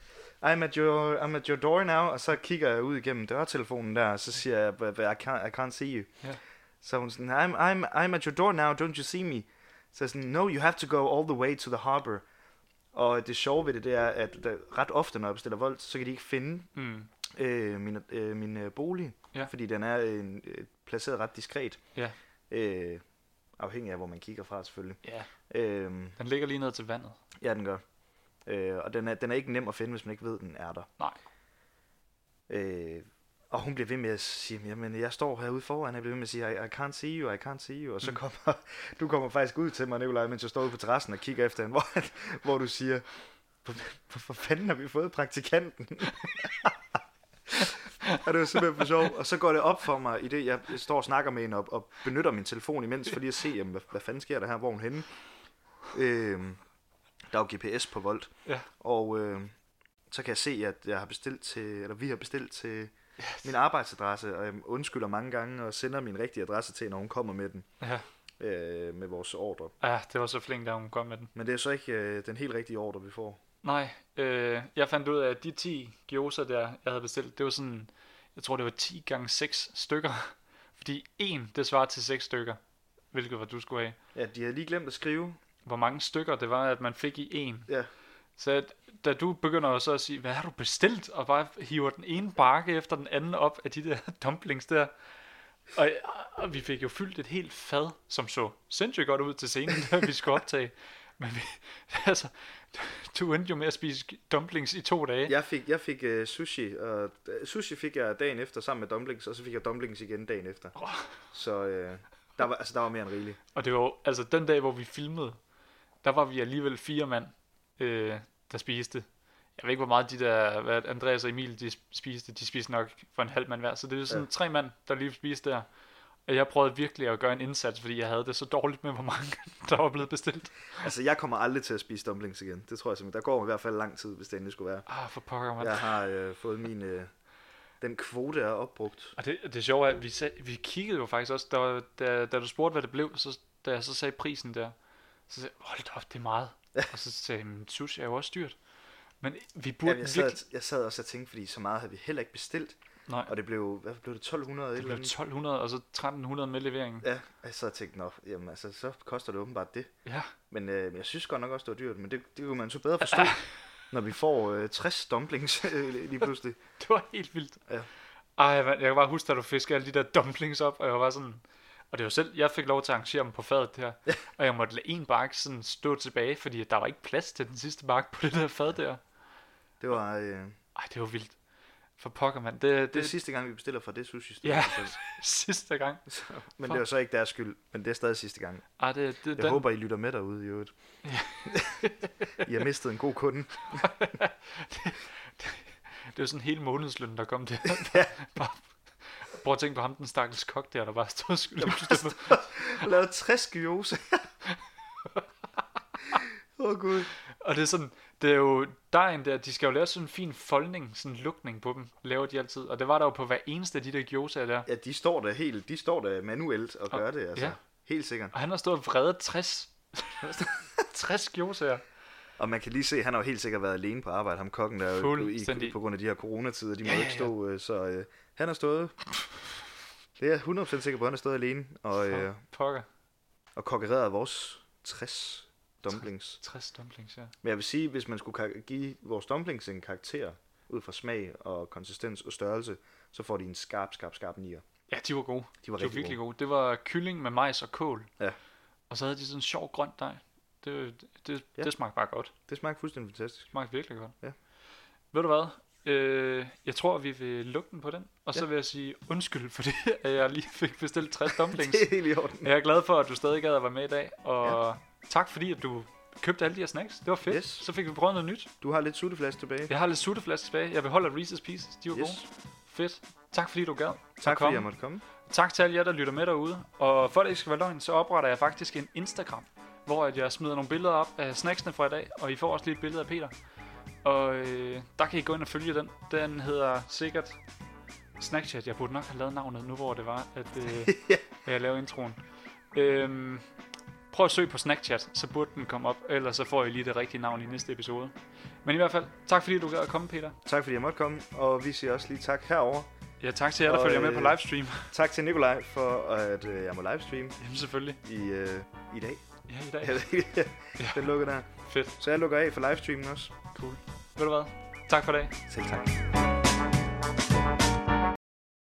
I'm at your, I'm at your door now, og så kigger jeg ud igennem dørtelefonen der, og så siger jeg, I can't, I can't see you. Ja. Så hun sådan, I'm, I'm, I'm at your door now, don't you see me? Så jeg sådan, no, you have to go all the way to the harbor. Og det sjove ved det, det er, at der, ret ofte, når jeg bestiller Volt, så kan de ikke finde mm. øh, min, øh, min øh, bolig, ja. Fordi den er øh, placeret ret diskret. Ja. Øh, afhængig af, hvor man kigger fra, selvfølgelig. Ja. Øhm, den ligger lige ned til vandet. Ja, den gør. Øh, og den er, den er ikke nem at finde, hvis man ikke ved, den er der. Nej. Øh, og hun bliver ved med at sige, jamen jeg står herude foran, jeg bliver ved med at sige, I, I can't see you, I can't see you. Og så kommer, du kommer faktisk ud til mig, Nikolaj, mens jeg står ude på terrassen og kigger efter hende, hvor, hvor du siger, hvorfor fanden har vi fået praktikanten? Og det var simpelthen for sjov. Og så går det op for mig, i det jeg står og snakker med hende og, og benytter min telefon imens, fordi jeg ser, jamen, hvad, hvad fanden sker der her, hvor er hun henne? Øh, der er jo G P S på Volt. Ja. Og øh, så kan jeg se, at jeg har bestilt til, eller vi har bestilt til yes. min arbejdsadresse, og jeg undskylder mange gange og sender min rigtige adresse til, når hun kommer med den. Ja. Øh, med vores ordre. Ja, det var så flink, da hun kom med den. Men det er så ikke øh, den helt rigtige ordre, vi får. Nej, øh, jeg fandt ud af, at de ti gyoza der, jeg havde bestilt, det var sådan, jeg tror det var ti gange seks stykker. Fordi en, det svarer til seks stykker, hvilket var du skulle have. Ja, de havde lige glemt at skrive, hvor mange stykker det var, at man fik i en. Ja. Så at, da du begynder så at sige, hvad har du bestilt? Og bare hiver den ene bakke efter den anden op af de der dumplings der. Og, og vi fik jo fyldt et helt fad, som så sindssygt godt ud til scenen, da vi skulle optage. Men vi, altså, du endte jo med at spise dumplings i to dage. Jeg fik, jeg fik uh, sushi, og uh, sushi fik jeg dagen efter sammen med dumplings, og så fik jeg dumplings igen dagen efter. Oh. Så uh, der, var, altså, der var mere end rigeligt. Og det var altså den dag, hvor vi filmede, der var vi alligevel fire mand, øh, der spiste. Jeg ved ikke, hvor meget de der, hvad Andreas og Emil, de spiste. De spiste nok for en halv mand hver. Så det er sådan ja. tre mand, der lige spiste der. Og jeg prøvede virkelig at gøre en indsats, fordi jeg havde det så dårligt med, hvor mange der var blevet bestilt. Altså, jeg kommer aldrig til at spise dumplings igen. Det tror jeg simpelthen. Der går i hvert fald lang tid, hvis det endelig skulle være. Ah, for pokker, man. Jeg har øh, fået min... Øh, den kvote er opbrugt. Og det, det sjove er, at vi, sag, vi kiggede jo faktisk også, da, da, da du spurgte, hvad det blev, så, da jeg så sagde prisen der, så sagde jeg, hold da op, det er meget. Og så sagde jeg, sushi er jo også dyrt. Men vi burde ja, jeg, sad, virkelig... jeg sad også og tænkte, fordi så meget havde vi heller ikke bestilt. Nej. Og det blev, hvad blev det, tolv hundrede? Det blev tolv hundrede, og så tretten hundrede med leveringen. Ja, jeg sad og tænkte, nå, jamen altså, så koster det åbenbart det. Ja. Men øh, jeg synes godt nok også, det var dyrt, men det, det kunne man så bedre forstå, når vi får øh, tres dumplings lige pludselig. Det var helt vildt. Ja. Ej, jeg kan bare huske, at du fiskede alle de der dumplings op, og jeg var sådan... Og det var selv, jeg fik lov til at arrangere dem på fadet der, ja. Og jeg måtte lade en bakke sådan stå tilbage, fordi der var ikke plads til den sidste bakke på det der fad der. Det var... Øh... Ej, det var vildt. For pokker, mand. Det, det, det er sidste gang, vi bestiller fra det sushi. Ja, sidste gang. Så, men for... det var så ikke deres skyld, men det er stadig sidste gang. Ej, det, det, jeg den... håber, I lytter med derude i øvrigt. Ja. I har mistet en god kunde. det, det, det var sådan en hel månedsløn, der kom der. Ja. Prøv at tænke på ham, den stakkels kok der, der bare stod og skulle og lavede tres gyoza. Åh oh, gud. Og det er sådan, det er jo dejen der, de skal jo lave sådan en fin foldning, sådan en lukning på dem, laver de altid. Og det var der jo på hver eneste af de der gyoza der. Ja, de står der helt, de står der manuelt og gør og, det, altså. Ja. Helt sikkert. Og han har stået og vredet tres, tres gyozaer. Og man kan lige se, han har jo helt sikkert været alene på arbejde, ham kokken der jo i, på grund af de her coronatider, de må ja, ikke stå, ja. Så øh, han har stået, det er jeg hundrede procent sikker på, han har stået alene, og, øh, og kokkereret vores tres dumplings. tres dumplings, ja. Men jeg vil sige, hvis man skulle give vores dumplings en karakter, ud fra smag og konsistens og størrelse, så får de en skarp, skarp, skarp nier. Ja, de var gode. De var, de var virkelig gode. gode. Det var kylling med majs og kål. Ja. Og så havde de sådan en sjov grønt dej. Det, det, det, ja. det smagte bare godt. Det smagte fuldstændig fantastisk. Det smagte virkelig godt. Ja. Ved du hvad? Øh, jeg tror, vi vil lukke den på den. Og så ja. vil jeg sige undskyld for det, at jeg lige fik bestilt tres dumplings. Det er helt i orden. Jeg er glad for, at du stadig gad at være med i dag. Og ja. tak fordi, at du købte alle de her snacks. Det var fedt. Yes. Så fik vi prøvet noget nyt. Du har lidt sutteflaske tilbage. Jeg har lidt sutteflaske tilbage. Jeg beholder Reese's Pieces. De var yes. gode. Fedt. Tak fordi du gad. Tak fordi jeg måtte komme. Tak til alle jer, der lytter med derude. Og for at det ikke skal være løgn, så opretter jeg faktisk en Instagram, hvor jeg smider nogle billeder op af snacksene fra i dag. Og I får også lige et billede af Peter. Og øh, der kan I gå ind og følge den. Den hedder sikkert Snackchat. Jeg burde nok have lavet navnet nu, hvor det var, at øh, jeg lavede introen. Øhm, prøv at søge på Snackchat, så burde den komme op. Ellers så får I lige det rigtige navn i næste episode. Men i hvert fald, tak fordi du gad at komme, Peter. Tak fordi jeg måtte komme, og vi siger også lige tak herover. Ja, tak til jer, der og, følger med på livestream. Tak til Nikolaj for, at øh, jeg må livestream. Jamen selvfølgelig. I, øh, i dag. Ja, i dag. ja, den lukker der. Fedt. Så jeg lukker af for livestreamen også. Cool. Ved du hvad? Tak for i dag. Selv tak.